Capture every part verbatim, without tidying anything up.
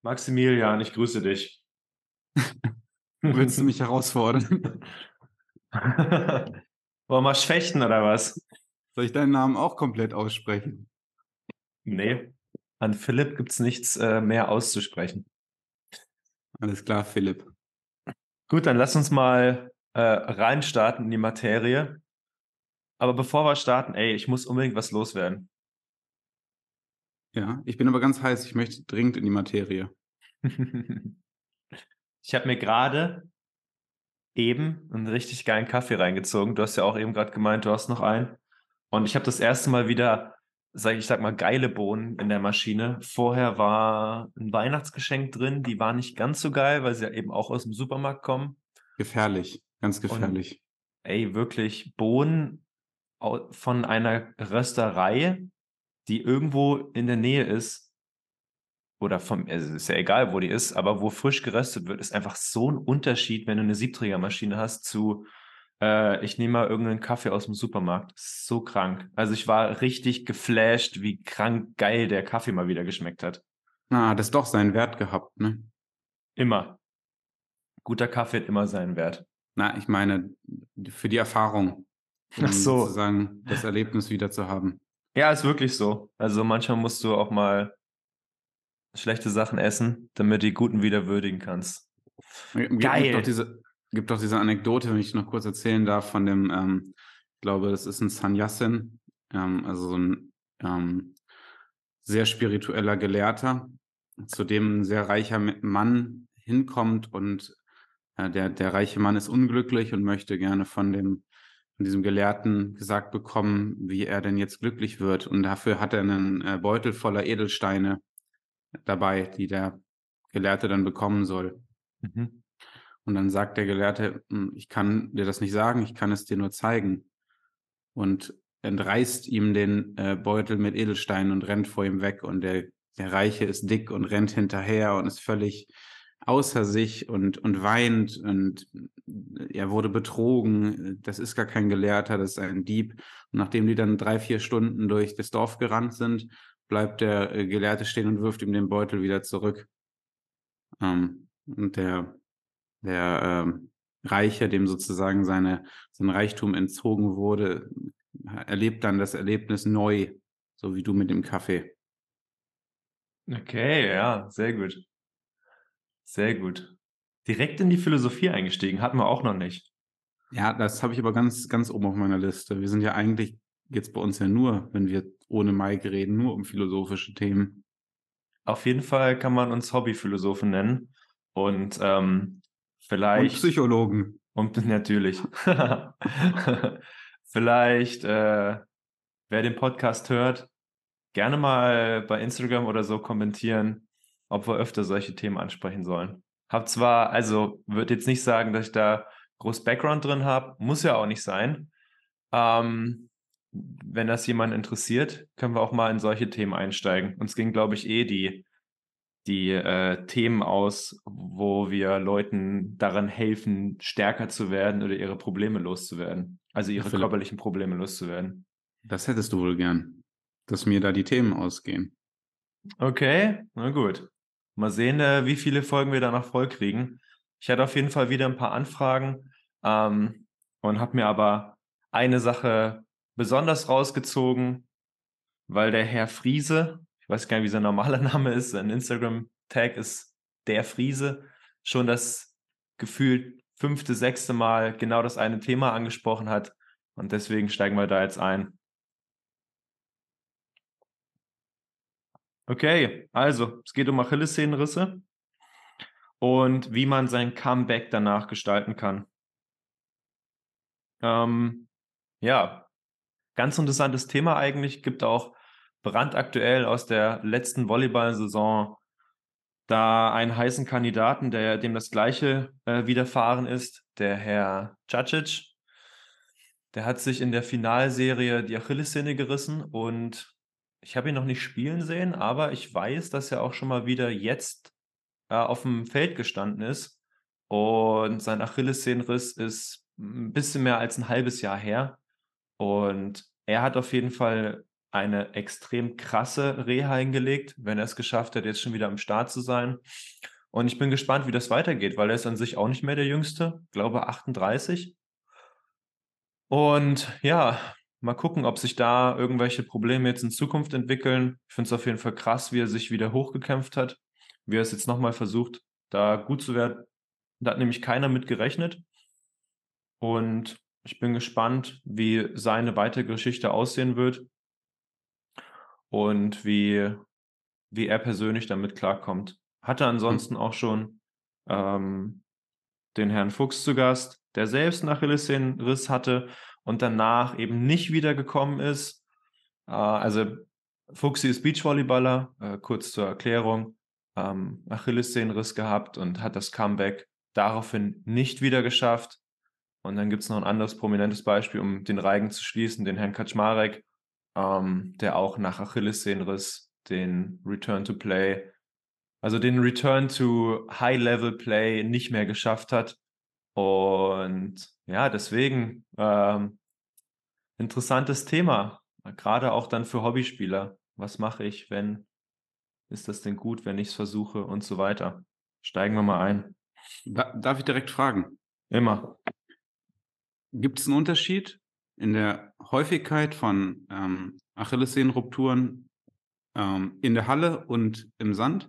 Maximilian, ich grüße dich. Willst du mich herausfordern? Wollen wir fechten oder was? Soll ich deinen Namen auch komplett aussprechen? Nee, an Philipp gibt's nichts äh, mehr auszusprechen. Alles klar, Philipp. Gut, dann lass uns mal äh, reinstarten in die Materie. Aber bevor wir starten, ey, ich muss unbedingt was loswerden. Ja, ich bin aber ganz heiß. Ich möchte dringend in die Materie. Ich habe mir gerade eben einen richtig geilen Kaffee reingezogen. Du hast ja auch eben gerade gemeint, du hast noch einen. Und ich habe das erste Mal wieder, sag ich, ich sag mal, geile Bohnen in der Maschine. Vorher war ein Weihnachtsgeschenk drin, die war nicht ganz so geil, weil sie ja eben auch aus dem Supermarkt kommen. Gefährlich, ganz Und gefährlich. ey, wirklich Bohnen au- von einer Rösterei, die irgendwo in der Nähe ist, oder vom, also ist ja egal, wo die ist, aber wo frisch geröstet wird, ist einfach so ein Unterschied, wenn du eine Siebträgermaschine hast zu, äh, ich nehme mal irgendeinen Kaffee aus dem Supermarkt. Das ist so krank. Also ich war richtig geflasht, wie krank geil der Kaffee mal wieder geschmeckt hat. Ah, das hat doch seinen Wert gehabt, ne? Immer. Guter Kaffee hat immer seinen Wert. Na, ich meine, für die Erfahrung, Ach um so. sozusagen das Erlebnis wieder zu haben. Ja, ist wirklich so. Also manchmal musst du auch mal schlechte Sachen essen, damit du die guten wieder würdigen kannst. Gibt, gibt doch Geil. diese, gibt doch diese Anekdote, wenn ich noch kurz erzählen darf, von dem, ähm, ich glaube, das ist ein Sannyasin, ähm, also so ein ähm, sehr spiritueller Gelehrter, zu dem ein sehr reicher Mann hinkommt und äh, der, der reiche Mann ist unglücklich und möchte gerne von dem, von diesem Gelehrten gesagt bekommen, wie er denn jetzt glücklich wird. Und dafür hat er einen äh, Beutel voller Edelsteine dabei, die der Gelehrte dann bekommen soll. Mhm. Und dann sagt der Gelehrte, "Hm, ich kann dir das nicht sagen, ich kann es dir nur zeigen." Und entreißt ihm den äh, Beutel mit Edelsteinen und rennt vor ihm weg. Und der, der Reiche ist dick und rennt hinterher und ist völlig außer sich und, und weint. Und er wurde betrogen. Das ist gar kein Gelehrter, das ist ein Dieb. Und nachdem die dann drei, vier Stunden durch das Dorf gerannt sind, bleibt der äh, Gelehrte stehen und wirft ihm den Beutel wieder zurück. Ähm, und der der ähm, Reiche, dem sozusagen seine, sein Reichtum entzogen wurde, erlebt dann das Erlebnis neu, so wie du mit dem Kaffee. Okay, ja, sehr gut. Sehr gut. Direkt in die Philosophie eingestiegen, hatten wir auch noch nicht. Ja, das habe ich aber ganz, ganz oben auf meiner Liste. Wir sind ja eigentlich jetzt bei uns ja nur, wenn wir ohne Mike reden, nur um philosophische Themen. Auf jeden Fall kann man uns Hobbyphilosophen nennen. Und ähm, Und vielleicht, Psychologen. und natürlich, vielleicht, äh, wer den Podcast hört, gerne mal bei Instagram oder so kommentieren, ob wir öfter solche Themen ansprechen sollen. Hab zwar, also würde jetzt nicht sagen, dass ich da groß Background drin habe, muss ja auch nicht sein. Ähm, wenn das jemand interessiert, können wir auch mal in solche Themen einsteigen. Uns ging, glaube ich, eh die, die äh, Themen aus, wo wir Leuten daran helfen, stärker zu werden oder ihre Probleme loszuwerden. Also Ja, ihre Philipp, körperlichen Probleme loszuwerden. das hättest du wohl gern, dass mir da die Themen ausgehen. Okay, na gut. Mal sehen, äh, wie viele Folgen wir da noch voll kriegen. Ich hatte auf jeden Fall wieder ein paar Anfragen ähm, und habe mir aber eine Sache besonders rausgezogen, weil der Herr Friese, ich weiß gar nicht, wie sein normaler Name ist, sein Instagram-Tag ist der Friese, schon das gefühlt fünfte, sechste Mal genau das eine Thema angesprochen hat. Und deswegen steigen wir da jetzt ein. Okay, also es geht um Achillessehnenrisse und wie man sein Comeback danach gestalten kann. Ähm, ja, ganz interessantes Thema eigentlich, gibt auch brandaktuell aus der letzten Volleyball-Saison da einen heißen Kandidaten, der dem das Gleiche äh, widerfahren ist, der Herr Cacic. Der hat sich in der Finalserie die Achillessehne gerissen und ich habe ihn noch nicht spielen sehen, aber ich weiß, dass er auch schon mal wieder jetzt äh, auf dem Feld gestanden ist und sein Achillessehnenriss ist ein bisschen mehr als ein halbes Jahr her und er hat auf jeden Fall eine extrem krasse Reha hingelegt, wenn er es geschafft hat, jetzt schon wieder am Start zu sein. Und ich bin gespannt, wie das weitergeht, weil er ist an sich auch nicht mehr der Jüngste, glaube achtunddreißig. Und ja, mal gucken, ob sich da irgendwelche Probleme jetzt in Zukunft entwickeln. Ich finde es auf jeden Fall krass, wie er sich wieder hochgekämpft hat, wie er es jetzt nochmal versucht, da gut zu werden. Da hat nämlich keiner mit gerechnet. Und ich bin gespannt, wie seine weitere Geschichte aussehen wird und wie, wie er persönlich damit klarkommt. Hatte ansonsten auch schon ähm, den Herrn Fuchs zu Gast, der selbst einen Achillessehnenriss hatte und danach eben nicht wiedergekommen ist. Äh, also Fuchsi ist Beachvolleyballer, äh, kurz zur Erklärung, ähm, Achillessehnenriss gehabt und hat das Comeback daraufhin nicht wieder geschafft. Und dann gibt es noch ein anderes prominentes Beispiel, um den Reigen zu schließen, den Herrn Kaczmarek, ähm, der auch nach Achillessehnenriss den Return to Play, also den Return to High-Level Play nicht mehr geschafft hat. Und ja, deswegen ähm, interessantes Thema, gerade auch dann für Hobbyspieler. Was mache ich, wenn, ist das denn gut, wenn ich es versuche und so weiter. Steigen wir mal ein. Da, darf ich direkt fragen? Immer. Gibt es einen Unterschied in der Häufigkeit von ähm, Achillessehnenrupturen ähm, in der Halle und im Sand?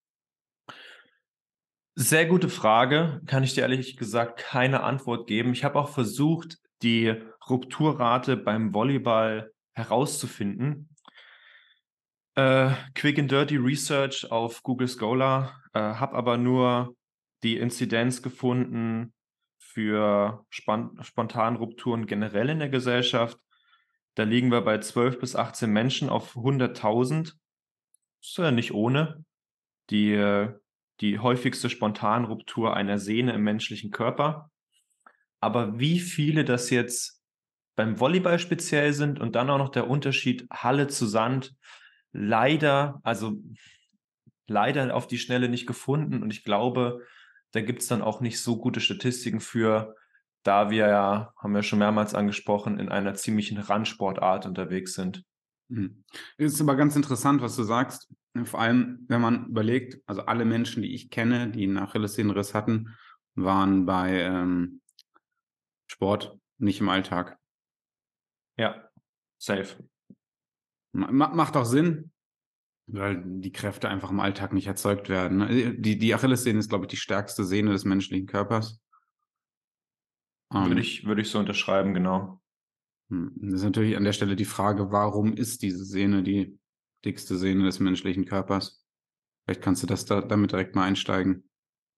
Sehr gute Frage. Kann ich dir ehrlich gesagt keine Antwort geben. Ich habe auch versucht, die Rupturrate beim Volleyball herauszufinden. Äh, Quick and Dirty Research auf Google Scholar, äh, habe aber nur die Inzidenz gefunden für Span Spontanrupturen generell in der Gesellschaft. Da liegen wir bei zwölf bis achtzehn Menschen auf hunderttausend. Ist ja nicht ohne. Die, äh, die häufigste Spontanruptur einer Sehne im menschlichen Körper. Aber wie viele das jetzt beim Volleyball speziell sind und dann auch noch der Unterschied Halle zu Sand, leider, also leider auf die Schnelle nicht gefunden. Und ich glaube, da gibt es dann auch nicht so gute Statistiken für, da wir ja, haben wir schon mehrmals angesprochen, in einer ziemlichen Randsportart unterwegs sind. Hm. Es ist aber ganz interessant, was du sagst. Vor allem, wenn man überlegt, also alle Menschen, die ich kenne, die einen Achillessehnenriss hatten, waren bei ähm, Sport, nicht im Alltag. Ja, safe. Ma macht auch Sinn, weil die Kräfte einfach im Alltag nicht erzeugt werden. Ne? Die, die Achillessehne ist, glaube ich, die stärkste Sehne des menschlichen Körpers. Würde Ähm, ich, würde ich so unterschreiben, genau. hm, das ist natürlich an der Stelle die Frage, warum ist diese Sehne die dickste Sehne des menschlichen Körpers? Vielleicht kannst du das da, damit direkt mal einsteigen.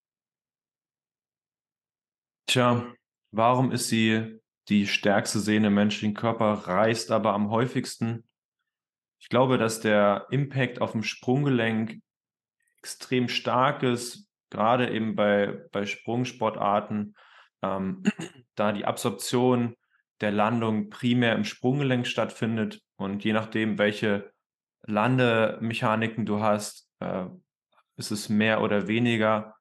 Tja, warum ist sie die stärkste Sehne im menschlichen Körper, reißt aber am häufigsten? Ich glaube, dass der Impact auf dem Sprunggelenk extrem stark ist, gerade eben bei, bei Sprungsportarten, ähm, da die Absorption der Landung primär im Sprunggelenk stattfindet und je nachdem, welche Landemechaniken du hast, äh, ist es mehr oder weniger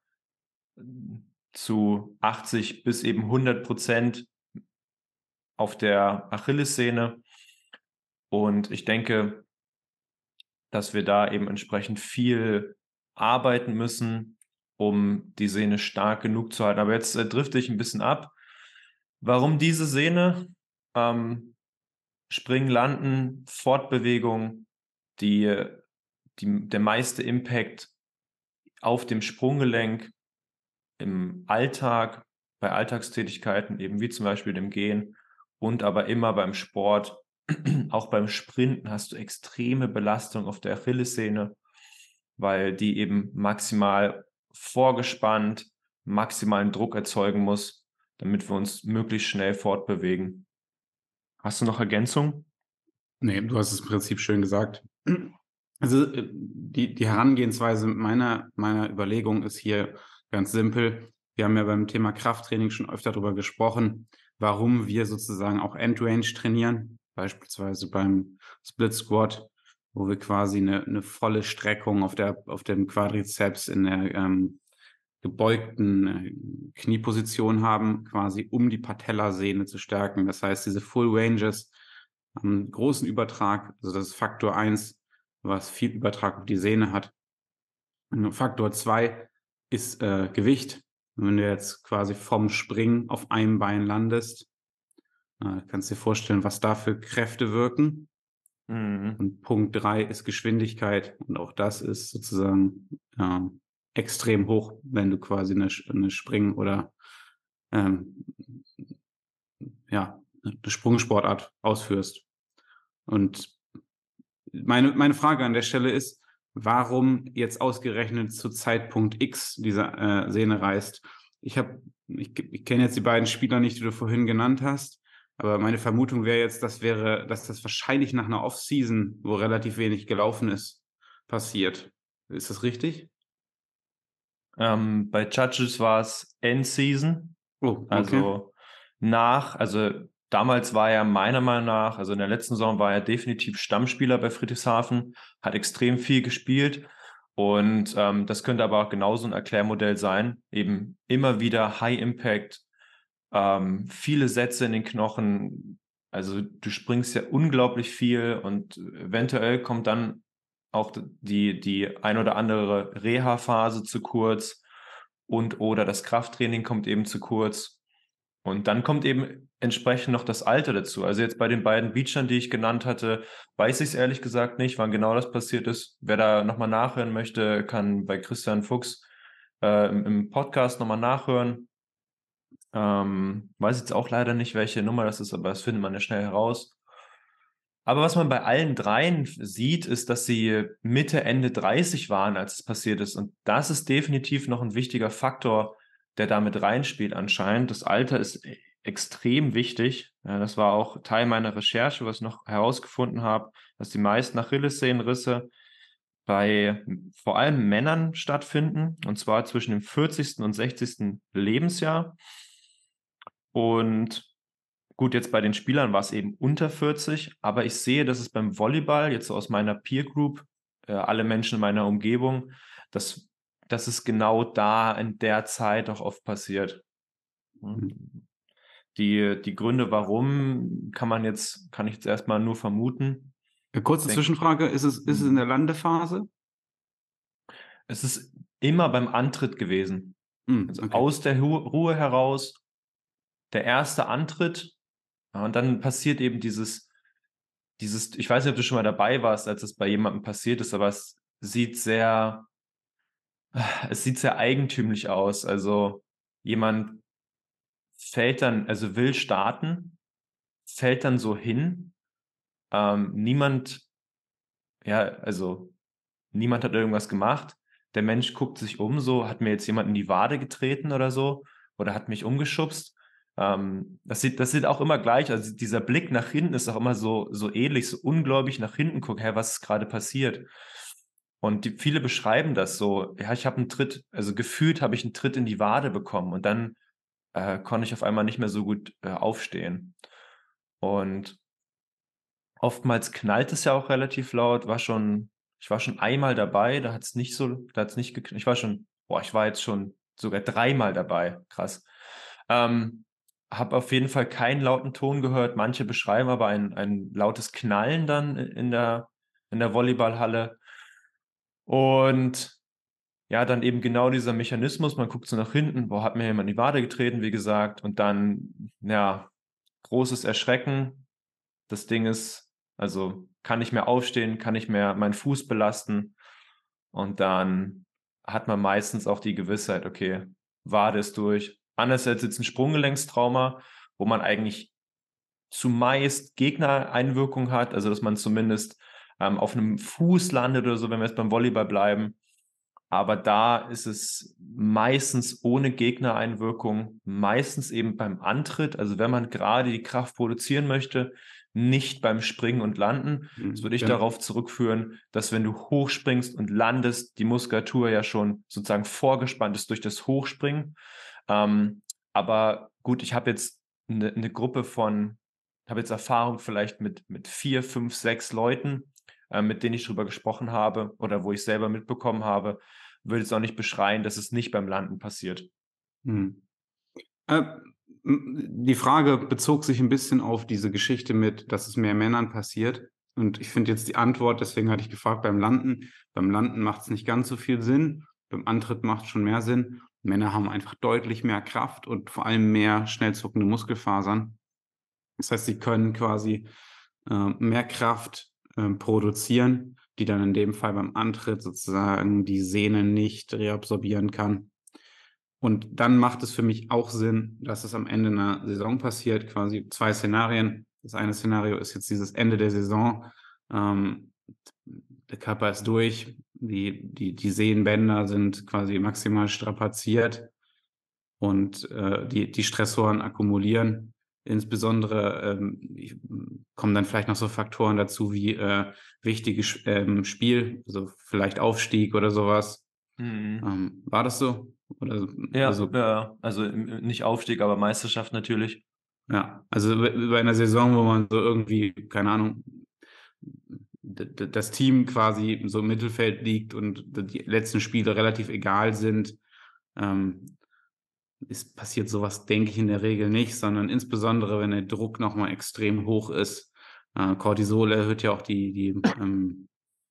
zu achtzig bis eben hundert Prozent auf der Achillessehne. Und ich denke, dass wir da eben entsprechend viel arbeiten müssen, um die Sehne stark genug zu halten. Aber jetzt äh, drifte ich ein bisschen ab. Warum diese Sehne? Ähm, Springen, Landen, Fortbewegung, die, die, der meiste Impact auf dem Sprunggelenk im Alltag, bei Alltagstätigkeiten, eben wie zum Beispiel dem Gehen und aber immer beim Sport. Auch beim Sprinten hast du extreme Belastung auf der Achillessehne, weil die eben maximal vorgespannt, maximalen Druck erzeugen muss, damit wir uns möglichst schnell fortbewegen. Hast du noch Ergänzungen? Nee, du hast es im Prinzip schön gesagt. Also äh, die, die Herangehensweise meiner, meiner Überlegung ist hier ganz simpel. Wir haben ja beim Thema Krafttraining schon öfter darüber gesprochen, warum wir sozusagen auch End-Range trainieren, beispielsweise beim Split Squat, wo wir quasi eine, eine volle Streckung auf, der, auf dem Quadrizeps in der ähm, gebeugten äh, Knieposition haben, quasi um die Patellasehne zu stärken. Das heißt, diese Full Ranges haben 'n großen Übertrag. Also, das ist Faktor eins, was viel Übertrag auf die Sehne hat. Und Faktor zwei ist, äh, Gewicht. Und wenn du jetzt quasi vom Springen auf einem Bein landest, äh, kannst dir vorstellen, was da für Kräfte wirken. Mhm. Und Punkt drei ist Geschwindigkeit. Und auch das ist sozusagen, ähm, extrem hoch, wenn du quasi eine Sch 'ne Spring oder, ähm, ja, 'ne Sprungsportart ausführst. Und meine meine Frage an der Stelle ist, warum jetzt ausgerechnet zu Zeitpunkt X diese, äh, Sehne reißt? Ich habe ich ich kenne jetzt die beiden Spieler nicht, die du vorhin genannt hast, aber meine Vermutung wäre jetzt, das wäre dass das wahrscheinlich nach einer Off-Season, wo relativ wenig gelaufen ist, passiert. Ist das richtig? Ähm, bei Judges war es End-Season, Oh, okay. also nach, also damals war er meiner Meinung nach, also in der letzten Saison war er definitiv Stammspieler bei Friedrichshafen, hat extrem viel gespielt und ähm, das könnte aber auch genauso ein Erklärmodell sein, eben immer wieder High Impact, ähm, viele Sätze in den Knochen, also du springst ja unglaublich viel und eventuell kommt dann auch die, die ein oder andere Reha-Phase zu kurz und oder das Krafttraining kommt eben zu kurz. Und dann kommt eben entsprechend noch das Alter dazu. Also jetzt bei den beiden Beachern, die ich genannt hatte, weiß ich es ehrlich gesagt nicht, wann genau das passiert ist. Wer da nochmal nachhören möchte, kann bei Christian Fuchs äh, im, im Podcast nochmal nachhören. Ähm, weiß jetzt auch leider nicht, welche Nummer das ist, aber das findet man ja schnell heraus. Aber was man bei allen dreien sieht, ist, dass sie Mitte, Ende dreißig waren, als es passiert ist. Und das ist definitiv noch ein wichtiger Faktor, der da mit reinspielt anscheinend. Das Alter ist e- extrem wichtig. Ja, das war auch Teil meiner Recherche, was ich noch herausgefunden habe, dass die meisten Achillessehnenrisse bei vor allem Männern stattfinden, und zwar zwischen dem vierzigsten und sechzigsten Lebensjahr. Und gut, jetzt bei den Spielern war es eben unter vierzig, aber ich sehe, dass es beim Volleyball, jetzt so aus meiner Peer Group, äh, alle Menschen in meiner Umgebung, dass, dass es genau da in der Zeit auch oft passiert. Hm. Mhm. Die, die Gründe, warum, kann man jetzt, kann ich jetzt erstmal nur vermuten. Äh, kurze Denk, Zwischenfrage, ist es ist es in der Landephase? es ist immer beim Antritt gewesen. Hm, Also okay. aus der Hu- Ruhe heraus, der erste Antritt, ja, und dann passiert eben dieses dieses, ich weiß nicht, ob du schon mal dabei warst, als es bei jemandem passiert ist, aber es sieht sehr, es sieht sehr eigentümlich aus. Also jemand fällt dann, also will starten, fällt dann so hin. Ähm, niemand, ja, also niemand hat irgendwas gemacht. Der Mensch guckt sich um, so, hat mir jetzt jemand in die Wade getreten oder so, oder hat mich umgeschubst. Ähm, das sieht, das sieht auch immer gleich. Also dieser Blick nach hinten ist auch immer so, so ähnlich, so ungläubig nach hinten gucken, hä, was ist gerade passiert? Und die, viele beschreiben das so, ja, ich habe einen Tritt, also gefühlt habe ich einen Tritt in die Wade bekommen und dann äh, konnte ich auf einmal nicht mehr so gut äh, aufstehen. Und oftmals knallt es ja auch relativ laut, war schon, ich war schon einmal dabei, da hat es nicht so, da hat es nicht geknallt. Ich war schon, boah, ich war jetzt schon sogar dreimal dabei, krass. Ähm, habe auf jeden Fall keinen lauten Ton gehört. Manche beschreiben aber ein, ein lautes Knallen dann in der, in der Volleyballhalle. Und ja, dann eben genau dieser Mechanismus, man guckt so nach hinten, boah, hat mir jemand in die Wade getreten, wie gesagt, und dann, ja, großes Erschrecken. Das Ding ist, also kann nicht mehr aufstehen, kann nicht mehr meinen Fuß belasten. Und dann hat man meistens auch die Gewissheit, okay, Wade ist durch. Anders als jetzt ein Sprunggelenkstrauma, wo man eigentlich zumeist Gegnereinwirkung hat, also dass man zumindest ähm, auf einem Fuß landet oder so, wenn wir jetzt beim Volleyball bleiben. Aber da ist es meistens ohne Gegnereinwirkung, meistens eben beim Antritt. Also wenn man gerade die Kraft produzieren möchte, nicht beim Springen und Landen. Das Mhm, würde ich gen darauf zurückführen, dass wenn du hochspringst und landest, die Muskulatur ja schon sozusagen vorgespannt ist durch das Hochspringen. Ähm, aber gut, ich habe jetzt eine, eine Gruppe von, habe jetzt Erfahrung vielleicht mit, mit vier, fünf, sechs Leuten, äh, mit denen ich drüber gesprochen habe oder wo ich selber mitbekommen habe, würde jetzt auch nicht beschreien, dass es nicht beim Landen passiert. mhm. Äh, die Frage bezog sich ein bisschen auf diese Geschichte mit, dass es mehr Männern passiert. Und ich finde jetzt die Antwort, deswegen hatte ich gefragt beim Landen. Beim Landen macht es nicht ganz so viel Sinn. Beim Antritt macht es schon mehr Sinn. Männer haben einfach deutlich mehr Kraft und vor allem mehr schnell zuckende Muskelfasern. Das heißt, sie können quasi äh, mehr Kraft äh, produzieren, die dann in dem Fall beim Antritt sozusagen die Sehne nicht reabsorbieren kann. Und dann macht es für mich auch Sinn, dass es am Ende einer Saison passiert, quasi zwei Szenarien. Das eine Szenario ist jetzt dieses Ende der Saison. Ähm, der Körper ist durch, die, die, die Sehnenbänder sind quasi maximal strapaziert und äh, die, die Stressoren akkumulieren. Insbesondere ähm, kommen dann vielleicht noch so Faktoren dazu wie äh, wichtiges ähm, Spiel, also vielleicht Aufstieg oder sowas. Mhm. Ähm, war das so? Oder, Ja, also, ja, also im- nicht Aufstieg, aber Meisterschaft natürlich. ja, also bei einer Saison, wo man so irgendwie, keine Ahnung, d- d- das Team quasi so im Mittelfeld liegt und die letzten Spiele relativ egal sind, ähm, ist passiert sowas, denke ich, in der Regel nicht, sondern insbesondere, wenn der Druck nochmal extrem hoch ist. Äh, Cortisol erhöht ja auch die, die ähm,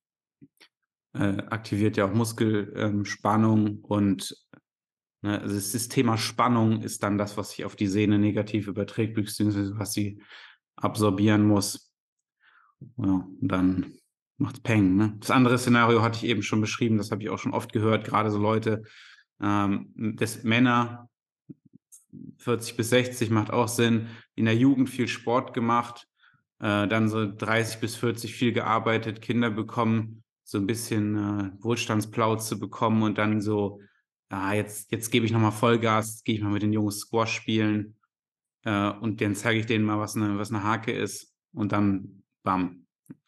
äh, aktiviert ja auch Muskelspannung und ne, also das Thema Spannung ist dann das, was sich auf die Sehne negativ überträgt, beziehungsweise was sie absorbieren muss. Ja, und dann macht's Peng. Ne? Das andere Szenario hatte ich eben schon beschrieben, das habe ich auch schon oft gehört, gerade so Leute, ähm, das Männer vierzig bis sechzig macht auch Sinn, in der Jugend viel Sport gemacht, äh, dann so dreißig bis vierzig viel gearbeitet, Kinder bekommen, so ein bisschen äh, Wohlstandsplauze bekommen und dann so, ah, jetzt, jetzt gebe ich nochmal Vollgas, gehe ich mal mit den Jungs Squash spielen äh, und dann zeige ich denen mal, was eine, was eine Hake ist und dann bam.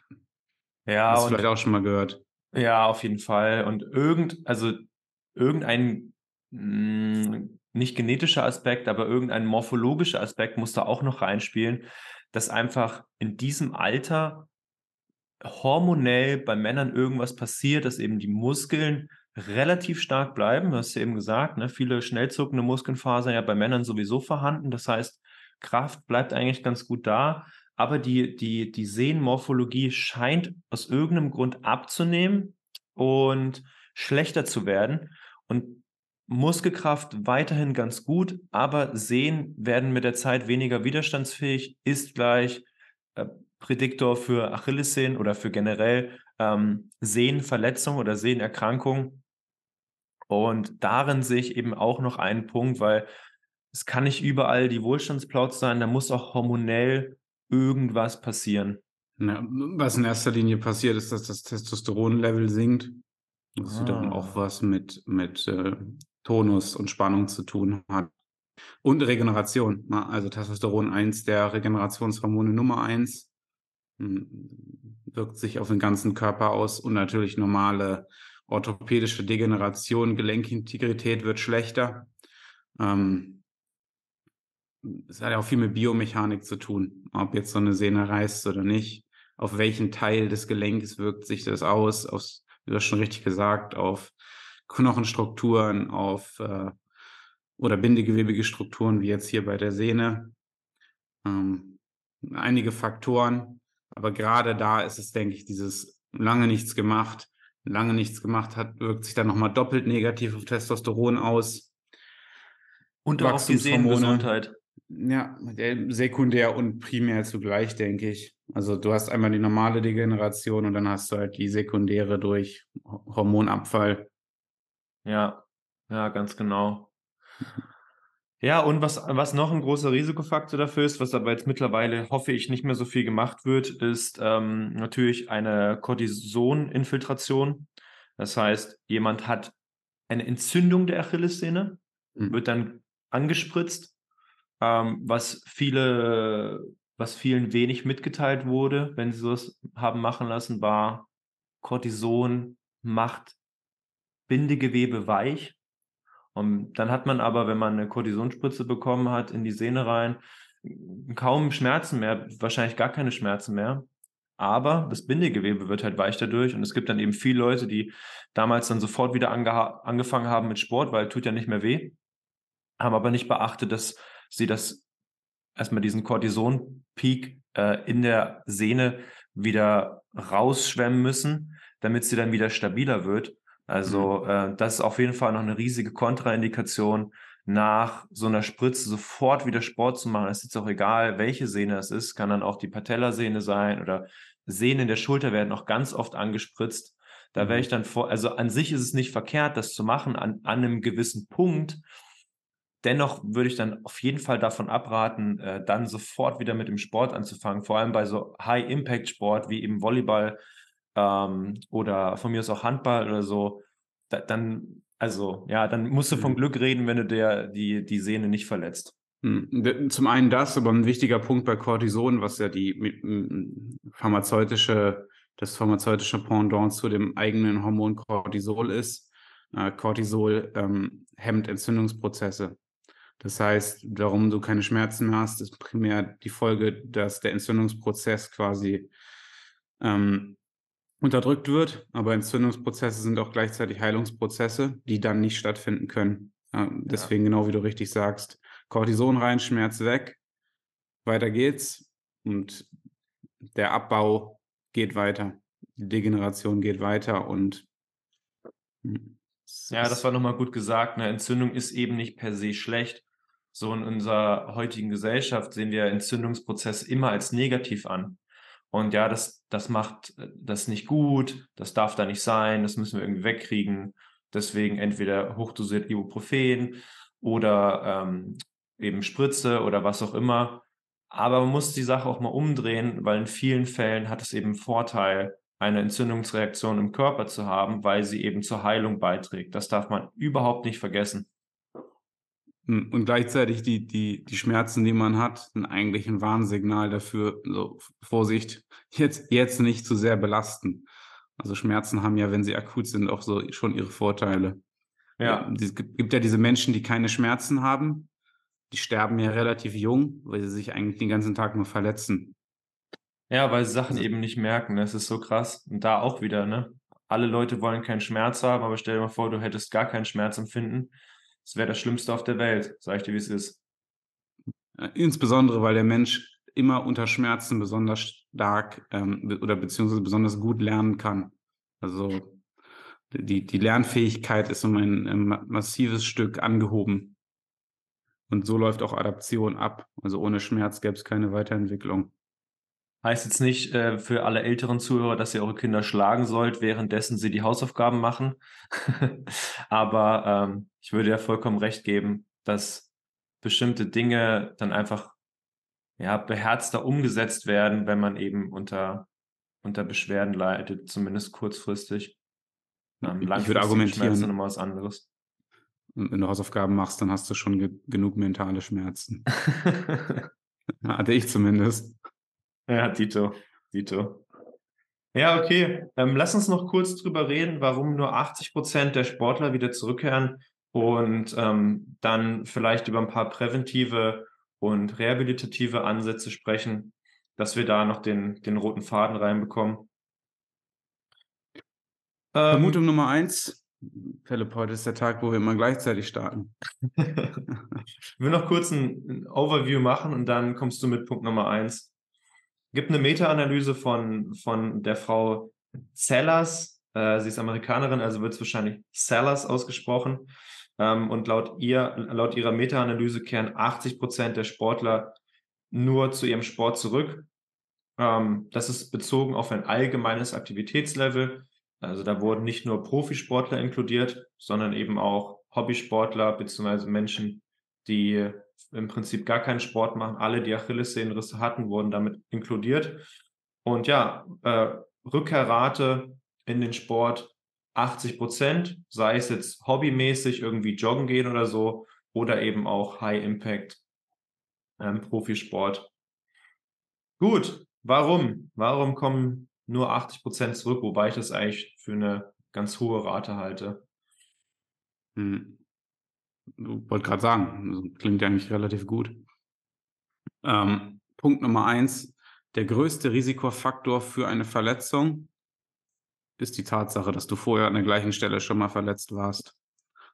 Ja, Hast du vielleicht und auch schon mal gehört. ja, auf jeden Fall. Und irgend, also irgendein mh, nicht genetischer Aspekt, aber irgendein morphologischer Aspekt muss da auch noch reinspielen, dass einfach in diesem Alter hormonell bei Männern irgendwas passiert, dass eben die Muskeln relativ stark bleiben. Du hast ja eben gesagt, ne, viele schnell zuckende Muskelfasern ja bei Männern sowieso vorhanden. Das heißt, Kraft bleibt eigentlich ganz gut da, aber die, die, die Sehnenmorphologie scheint aus irgendeinem Grund abzunehmen und schlechter zu werden. Und Muskelkraft weiterhin ganz gut, aber Sehnen werden mit der Zeit weniger widerstandsfähig, ist gleich äh, Prädiktor für Achillessehnen oder für generell ähm, Sehnenverletzung oder Sehnenerkrankung. Und darin sehe ich eben auch noch einen Punkt, weil es kann nicht überall die Wohlstandsplauze sein, da muss auch hormonell irgendwas passieren. Ja, was in erster Linie passiert, ist, dass das Testosteronlevel sinkt. Das wiederum auch Ah. was mit, mit äh, Tonus und Spannung zu tun hat. Und Regeneration. Ne? Also Testosteron eins der Regenerationshormone Nummer eins, wirkt sich auf den ganzen Körper aus und natürlich normale orthopädische Degeneration, Gelenkintegrität wird schlechter. Ähm, es hat ja auch viel mit Biomechanik zu tun, ob jetzt so eine Sehne reißt oder nicht. Auf welchen Teil des Gelenkes wirkt sich das aus? Auf, wie du hast schon richtig gesagt, auf Knochenstrukturen, auf äh, oder bindegewebige Strukturen, wie jetzt hier bei der Sehne. Ähm, einige Faktoren, aber gerade da ist es, denke ich, dieses lange nichts gemacht, lange nichts gemacht hat, wirkt sich dann nochmal doppelt negativ auf Testosteron aus. Und auch auf die Wachstumshormone, Sehnengesundheit. ja, sekundär und primär zugleich, denke ich. Also du hast einmal die normale Degeneration und dann hast du halt die sekundäre durch Hormonabfall. Ja, ja, ganz genau. Ja, und was, was noch ein großer Risikofaktor dafür ist, was aber jetzt mittlerweile, hoffe ich, nicht mehr so viel gemacht wird, ist ähm, natürlich eine Cortisoninfiltration. Das heißt, jemand hat eine Entzündung der Achillessehne, Hm. wird dann angespritzt, ähm, was viele, was vielen wenig mitgeteilt wurde, wenn sie sowas haben machen lassen, war, Cortison macht Bindegewebe weich. Und dann hat man aber, wenn man eine Kortisonspritze bekommen hat, in die Sehne rein, kaum Schmerzen mehr, wahrscheinlich gar keine Schmerzen mehr. Aber das Bindegewebe wird halt weich dadurch. Und es gibt dann eben viele Leute, die damals dann sofort wieder ange angefangen haben mit Sport, weil es tut ja nicht mehr weh, haben aber nicht beachtet, dass sie das erstmal diesen Cortison-Peak äh, in der Sehne wieder rausschwemmen müssen, damit sie dann wieder stabiler wird. Also äh, das ist auf jeden Fall noch eine riesige Kontraindikation, nach so einer Spritze sofort wieder Sport zu machen. Es ist jetzt auch egal, welche Sehne es ist, kann dann auch die Patellasehne sein oder Sehnen in der Schulter werden auch ganz oft angespritzt. Da wäre ich dann vor, also an sich ist es nicht verkehrt, das zu machen an, an einem gewissen Punkt. Dennoch würde ich dann auf jeden Fall davon abraten, äh, dann sofort wieder mit dem Sport anzufangen, vor allem bei so High-Impact-Sport wie eben Volleyball ähm, oder von mir aus auch Handball oder so. Da, dann, also ja, dann musst du von Mhm. Glück reden, wenn du der die, die Sehne nicht verletzt. Mhm. Zum einen das, aber ein wichtiger Punkt bei Cortison, was ja die mit- m- pharmazeutische, das pharmazeutische Pendant zu dem eigenen Hormon Cortisol ist. Äh, Cortisol ähm, hemmt Entzündungsprozesse. Das heißt, warum du keine Schmerzen mehr hast, ist primär die Folge, dass der Entzündungsprozess quasi ähm, unterdrückt wird. Aber Entzündungsprozesse sind auch gleichzeitig Heilungsprozesse, die dann nicht stattfinden können. Ähm, deswegen, genau wie du richtig sagst, Cortison rein, Schmerz weg, weiter geht's. Und der Abbau geht weiter. Die Degeneration geht weiter und hm, es Ja, das ist, war nochmal gut gesagt. Eine Entzündung ist eben nicht per se schlecht. So in unserer heutigen Gesellschaft sehen wir Entzündungsprozesse immer als negativ an. Und ja, das, das macht äh, das nicht gut, das darf da nicht sein, das müssen wir irgendwie wegkriegen. Deswegen entweder hochdosiert Ibuprofen oder ähm, eben Spritze oder was auch immer. Aber man muss die Sache auch mal umdrehen, weil in vielen Fällen hat es eben einen Vorteil, eine Entzündungsreaktion im Körper zu haben, weil sie eben zur Heilung beiträgt. Das darf man überhaupt nicht vergessen. hm, und gleichzeitig die, die, die Schmerzen, die man hat, sind eigentlich ein Warnsignal dafür, so Vorsicht, jetzt, jetzt nicht zu sehr belasten. Also Schmerzen haben ja, wenn sie akut sind, auch so schon ihre Vorteile. Ja, Es gibt gibt ja diese Menschen, die keine Schmerzen haben, die sterben ja relativ jung, weil sie sich eigentlich den ganzen Tag nur verletzen. ja, weil sie Sachen Also, eben nicht merken. Das ist so krass. Und da auch wieder, ne? Alle Leute wollen keinen Schmerz haben, aber stell dir mal vor, du hättest gar keinen Schmerz empfinden. Das wäre das Schlimmste auf der Welt. Sag ich dir, wie es ist. äh, insbesondere, weil der Mensch immer unter Schmerzen besonders stark ähm, be- oder beziehungsweise besonders gut lernen kann. Also die, die Lernfähigkeit ist um ein, ein ma- massives Stück angehoben. Und so läuft auch Adaption ab. Also ohne Schmerz gäbe es keine Weiterentwicklung. Heißt jetzt nicht äh, für alle älteren Zuhörer, dass ihr eure Kinder schlagen sollt, währenddessen sie die Hausaufgaben machen. Aber ähm, ich würde ja vollkommen recht geben, dass bestimmte Dinge dann einfach ja, beherzter umgesetzt werden, wenn man eben unter, unter Beschwerden leidet, zumindest kurzfristig. Ähm, Ich würde langfristige Schmerzen argumentieren, nochmal was anderes. wenn du Hausaufgaben machst, dann hast du schon ge genug mentale Schmerzen. Hatte ich zumindest. Ja, Dito, Dito. Ja, okay. Ähm, lass uns noch kurz drüber reden, warum nur achtzig Prozent der Sportler wieder zurückkehren und ähm, dann vielleicht über ein paar präventive und rehabilitative Ansätze sprechen, dass wir da noch den, den roten Faden reinbekommen. Vermutung Ähm, Nummer eins. Philipp, heute ist der Tag, wo wir immer gleichzeitig starten. ich will noch kurz ein, ein Overview machen und dann kommst du mit Punkt Nummer eins. Gibt eine Meta-Analyse von, von der Frau Sellers. Äh, sie ist Amerikanerin, also wird es wahrscheinlich Sellers ausgesprochen. Ähm, und laut ihr, laut ihrer Meta-Analyse kehren achtzig Prozent der Sportler nur zu ihrem Sport zurück. Ähm, das ist bezogen auf ein allgemeines Aktivitätslevel. Also da wurden nicht nur Profisportler inkludiert, sondern eben auch Hobbysportler beziehungsweise Menschen, die im Prinzip gar keinen Sport machen. Alle, die Achillessehnenrisse hatten, wurden damit inkludiert. Und ja, äh, Rückkehrrate in den Sport achtzig Prozent, sei es jetzt hobbymäßig irgendwie joggen gehen oder so, oder eben auch High Impact ähm, Profisport. Gut, warum? Warum kommen nur achtzig Prozent zurück, wobei ich das eigentlich für eine ganz hohe Rate halte? Hm. Ich wollte gerade sagen, also klingt ja eigentlich relativ gut. Ähm, Punkt Nummer eins. Der größte Risikofaktor für eine Verletzung ist die Tatsache, dass du vorher an der gleichen Stelle schon mal verletzt warst.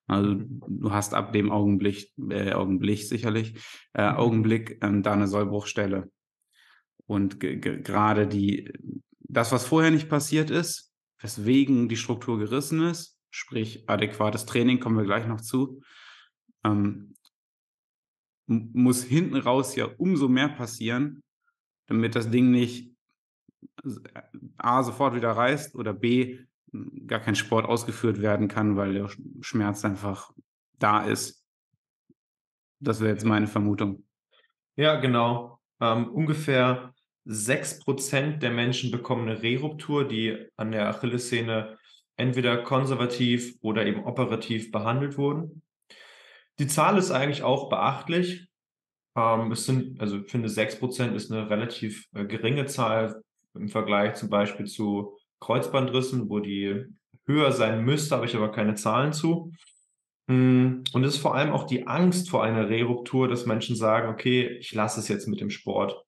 Also Mhm. du hast ab dem Augenblick, äh, Augenblick sicherlich, äh, Mhm. Augenblick ähm, da eine Sollbruchstelle. Und ge ge grade die das, was vorher nicht passiert ist, weswegen die Struktur gerissen ist, sprich adäquates Training, kommen wir gleich noch zu, ähm, m muss hinten raus ja umso mehr passieren, damit das Ding nicht s äh, A, sofort wieder reißt oder B, hm, gar kein Sport ausgeführt werden kann, weil der Sch Schmerz einfach da ist. Das wäre jetzt Ja. meine Vermutung. Ja, genau. Ähm, ungefähr sechs Prozent der Menschen bekommen eine Rehruptur, die an der Achillessehne entweder konservativ oder eben operativ behandelt wurden. Die Zahl ist eigentlich auch beachtlich. Ähm, es sind also, ich finde, sechs Prozent ist eine relativ, äh, geringe Zahl im Vergleich zum Beispiel zu Kreuzbandrissen, wo die höher sein müsste, habe ich aber keine Zahlen zu. Hm, und es ist vor allem auch die Angst vor einer Rehruptur, dass Menschen sagen: „Okay, ich lasse es jetzt mit dem Sport.“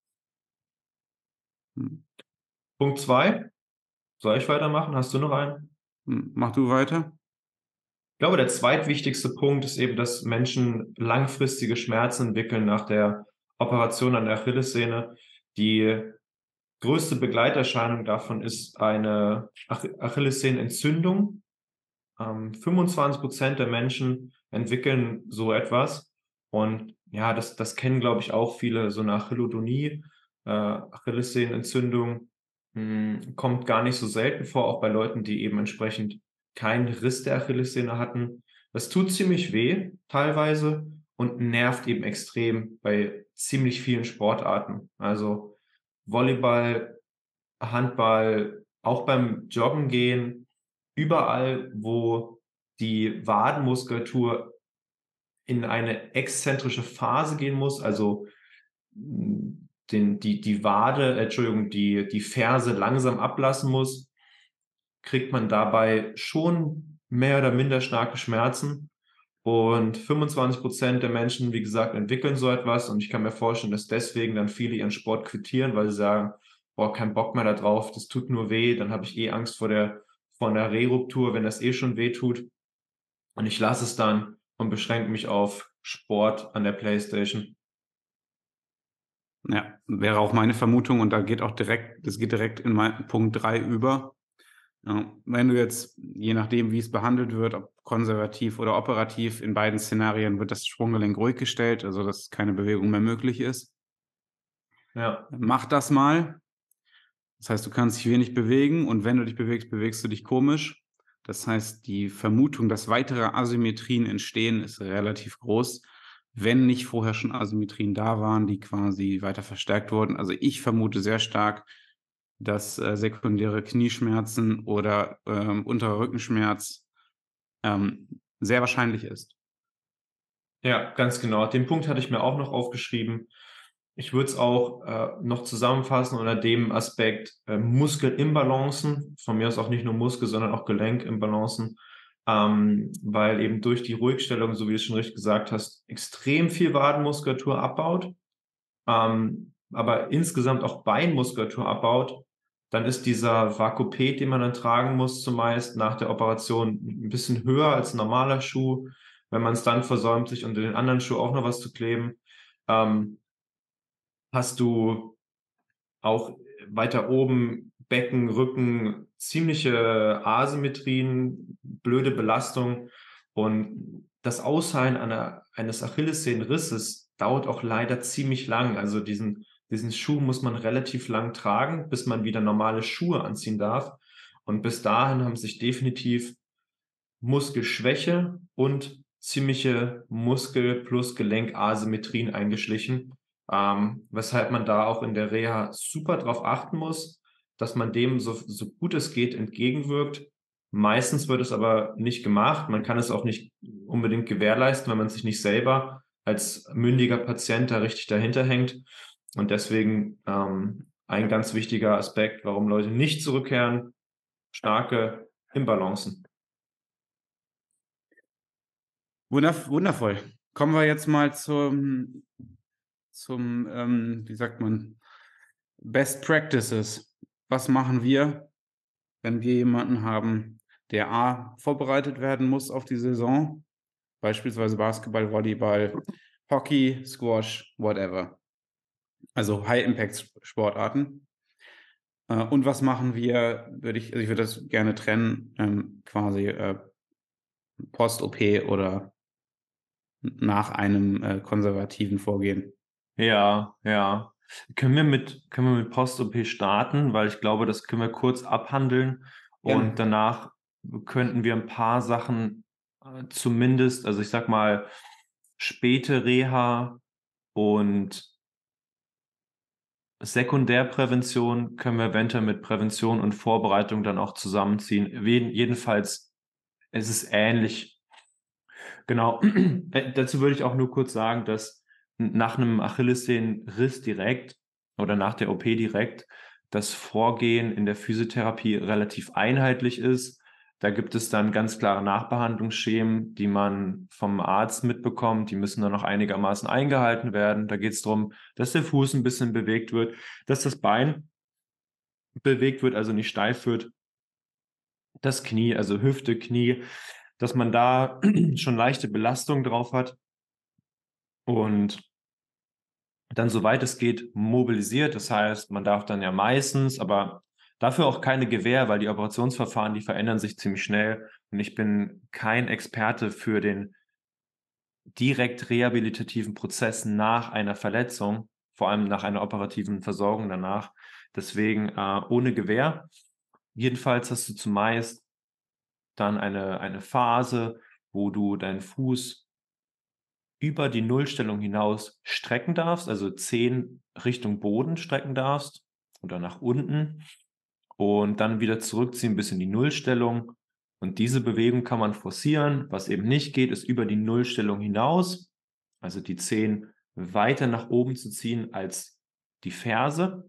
Mhm. Punkt zwei. Soll ich weitermachen? Hast du noch einen? Hm, mach du weiter. Ich glaube, der zweitwichtigste Punkt ist eben, dass Menschen langfristige Schmerzen entwickeln nach der Operation an der Achillessehne. Die größte Begleiterscheinung davon ist eine Ach Achillessehnenentzündung. Ähm, fünfundzwanzig Prozent der Menschen entwickeln so etwas. Und ja, das das kennen, glaube ich, auch viele, so 'ne Achillodonie, äh, Achillessehnenentzündung, hm, kommt gar nicht so selten vor, auch bei Leuten, die eben entsprechend keinen Riss der Achillessehne hatten. Das tut ziemlich weh teilweise und nervt eben extrem bei ziemlich vielen Sportarten. Also, Volleyball, Handball, auch beim Joggen gehen, überall, wo die Wadenmuskulatur in eine exzentrische Phase gehen muss, also, hm, den die die Wade äh, Entschuldigung, die die Ferse langsam ablassen muss, kriegt man dabei schon mehr oder minder starke Schmerzen. Und fünfundzwanzig Prozent der Menschen, wie gesagt, entwickeln so etwas und ich kann mir vorstellen, dass deswegen dann viele ihren Sport quittieren, weil sie sagen: „Boah, kein Bock mehr da drauf, das tut nur weh, dann habe ich eh Angst vor der vor 'ner Rehruptur, wenn das eh schon wehtut und ich lasse es dann und beschränke mich auf Sport an der Playstation.“ Ja, wäre auch meine Vermutung und da geht auch direkt das geht direkt in mein Punkt drei über. Ja, wenn du jetzt, je nachdem, wie es behandelt wird, ob konservativ oder operativ, in beiden Szenarien wird das Sprunggelenk ruhig gestellt, also dass keine Bewegung mehr möglich ist. Ja, Mach das mal. Das heißt, du kannst dich wenig bewegen und wenn du dich bewegst, bewegst du dich komisch. Das heißt, die Vermutung, dass weitere Asymmetrien entstehen, ist relativ groß, wenn nicht vorher schon Asymmetrien da waren, die quasi weiter verstärkt wurden. Also ich vermute sehr stark, dass äh, sekundäre Knieschmerzen oder ähm, unterer Rückenschmerz ähm, sehr wahrscheinlich ist. ja, ganz genau. Den Punkt hatte ich mir auch noch aufgeschrieben. Ich würde es auch, äh, noch zusammenfassen unter dem Aspekt, äh, Muskelimbalancen, von mir aus auch nicht nur Muskel, sondern auch Gelenkimbalancen, ähm, weil eben durch die Ruhigstellung, so wie du es schon richtig gesagt hast, extrem viel Wadenmuskulatur abbaut, ähm, aber insgesamt auch Beinmuskulatur abbaut. Dann ist dieser Vakupet, den man dann tragen muss, zumeist nach der Operation ein bisschen höher als 'n normaler Schuh. Wenn man es dann versäumt, sich unter den anderen Schuh auch noch was zu kleben, ähm, hast du auch weiter oben Becken, Rücken, ziemliche Asymmetrien, blöde Belastung und das Ausheilen einer eines Achillessehnenrisses dauert auch leider ziemlich lang. Also, diesen diesen Schuh muss man relativ lang tragen, bis man wieder normale Schuhe anziehen darf. Und bis dahin haben sich definitiv Muskelschwäche und ziemliche Muskel plus Gelenkasymmetrien eingeschlichen, ähm, weshalb man da auch in der Reha super drauf achten muss, dass man dem so so gut es geht entgegenwirkt. Meistens wird es aber nicht gemacht. Man kann es auch nicht unbedingt gewährleisten, wenn man sich nicht selber als mündiger Patient da richtig dahinter hängt. Und deswegen, ähm, ein ganz wichtiger Aspekt, warum Leute nicht zurückkehren, starke Imbalancen. Wunderv wundervoll. Kommen wir jetzt mal zum zum, ähm, wie sagt man, Best Practices. Was machen wir, wenn wir jemanden haben, der A vorbereitet werden muss auf die Saison, beispielsweise Basketball, Volleyball, Hockey, Squash, whatever. Also High-Impact-Sportarten. Äh, und was machen wir, würde ich, also ich würde das gerne trennen, ähm, quasi äh, Post-O P oder nach einem äh, konservativen Vorgehen. Ja, ja. Können wir mit, können wir mit Post-O P starten? Weil ich glaube, das können wir kurz abhandeln Gerne. und danach könnten wir ein paar Sachen äh, zumindest, also ich sag mal, späte Reha und Sekundärprävention können wir eventuell mit Prävention und Vorbereitung dann auch zusammenziehen. Jeden- Jedenfalls, es ist ähnlich. Genau. Äh, dazu würde ich auch nur kurz sagen, dass nach einem Achillessehnenriss direkt oder nach der O P direkt das Vorgehen in der Physiotherapie relativ einheitlich ist. Da gibt es dann ganz klare Nachbehandlungsschemen, die man vom Arzt mitbekommt. Die müssen dann noch einigermaßen eingehalten werden. Da geht es darum, dass der Fuß ein bisschen bewegt wird, dass das Bein bewegt wird, also nicht steif wird. Das Knie, also Hüfte, Knie, dass man da schon leichte Belastung drauf hat und dann, soweit es geht, mobilisiert. Das heißt, man darf dann ja meistens, aber dafür auch keine Gewähr, weil die Operationsverfahren, die verändern sich ziemlich schnell. Und ich bin kein Experte für den direkt rehabilitativen Prozess nach einer Verletzung, vor allem nach einer operativen Versorgung danach. Deswegen äh, ohne Gewähr. Jedenfalls hast du zumeist dann eine, eine Phase, wo du deinen Fuß über die Nullstellung hinaus strecken darfst, also Zehen Richtung Boden strecken darfst oder nach unten und dann wieder zurückziehen bis in die Nullstellung. Und diese Bewegung kann man forcieren. Was eben nicht geht, ist über die Nullstellung hinaus, also die Zehen weiter nach oben zu ziehen als die Ferse.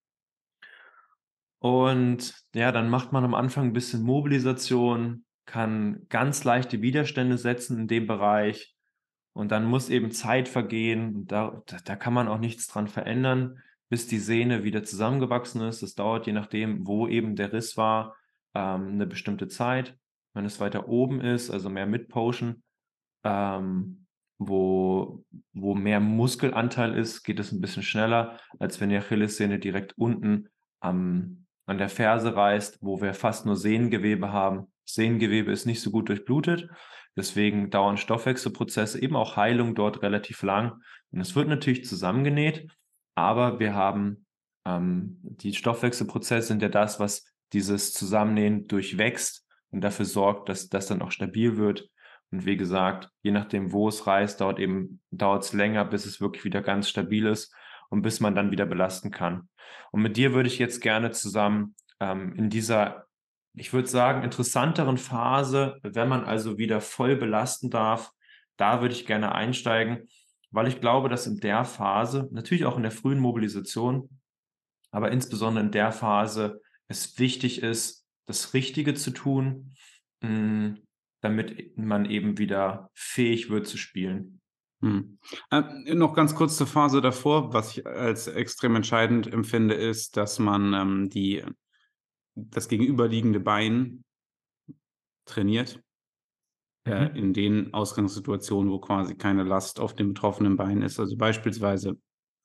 Und ja, dann macht man am Anfang ein bisschen Mobilisation, kann ganz leichte Widerstände setzen in dem Bereich. Und dann muss eben Zeit vergehen. Und da, da, da kann man auch nichts dran verändern, bis die Sehne wieder zusammengewachsen ist. Das dauert, je nachdem, wo eben der Riss war, ähm, eine bestimmte Zeit. Wenn es weiter oben ist, also mehr Mid-Potion, ähm, wo, wo mehr Muskelanteil ist, geht es ein bisschen schneller, als wenn die Achillessehne direkt unten am, an der Ferse reißt, wo wir fast nur Sehnengewebe haben. Sehnengewebe ist nicht so gut durchblutet, deswegen dauern Stoffwechselprozesse, eben auch Heilung dort relativ lang. Und es wird natürlich zusammengenäht, aber wir haben ähm, die Stoffwechselprozesse sind ja das, was dieses Zusammennähen durchwächst und dafür sorgt, dass das dann auch stabil wird. Und wie gesagt, je nachdem, wo es reißt, dauert eben, dauert es länger, bis es wirklich wieder ganz stabil ist und bis man dann wieder belasten kann. Und mit dir würde ich jetzt gerne zusammen ähm, in dieser, ich würde sagen, interessanteren Phase, wenn man also wieder voll belasten darf, da würde ich gerne einsteigen, weil ich glaube, dass in der Phase, natürlich auch in der frühen Mobilisation, aber insbesondere in der Phase es wichtig ist, das Richtige zu tun, mh, damit man eben wieder fähig wird zu spielen. Hm. Äh, noch ganz kurz zur Phase davor. Was ich als extrem entscheidend empfinde, ist, dass man ähm, die, das gegenüberliegende Bein trainiert. Äh, Mhm. in den Ausgangssituationen, wo quasi keine Last auf dem betroffenen Bein ist. Also beispielsweise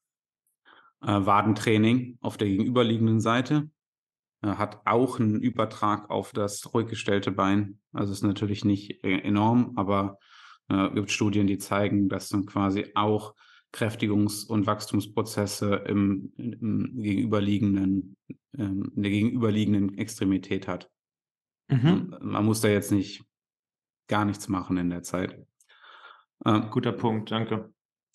äh, Wadentraining auf der gegenüberliegenden Seite äh, hat auch einen Übertrag auf das ruhig gestellte Bein. Also ist natürlich nicht äh, enorm, aber äh, gibt Studien, die zeigen, dass dann quasi auch Kräftigungs- und Wachstumsprozesse im, im gegenüberliegenden, ähm, in der gegenüberliegenden Extremität hat. Mhm. Man, man muss da jetzt nicht gar nichts machen in der Zeit. Ähm, Guter Punkt, danke.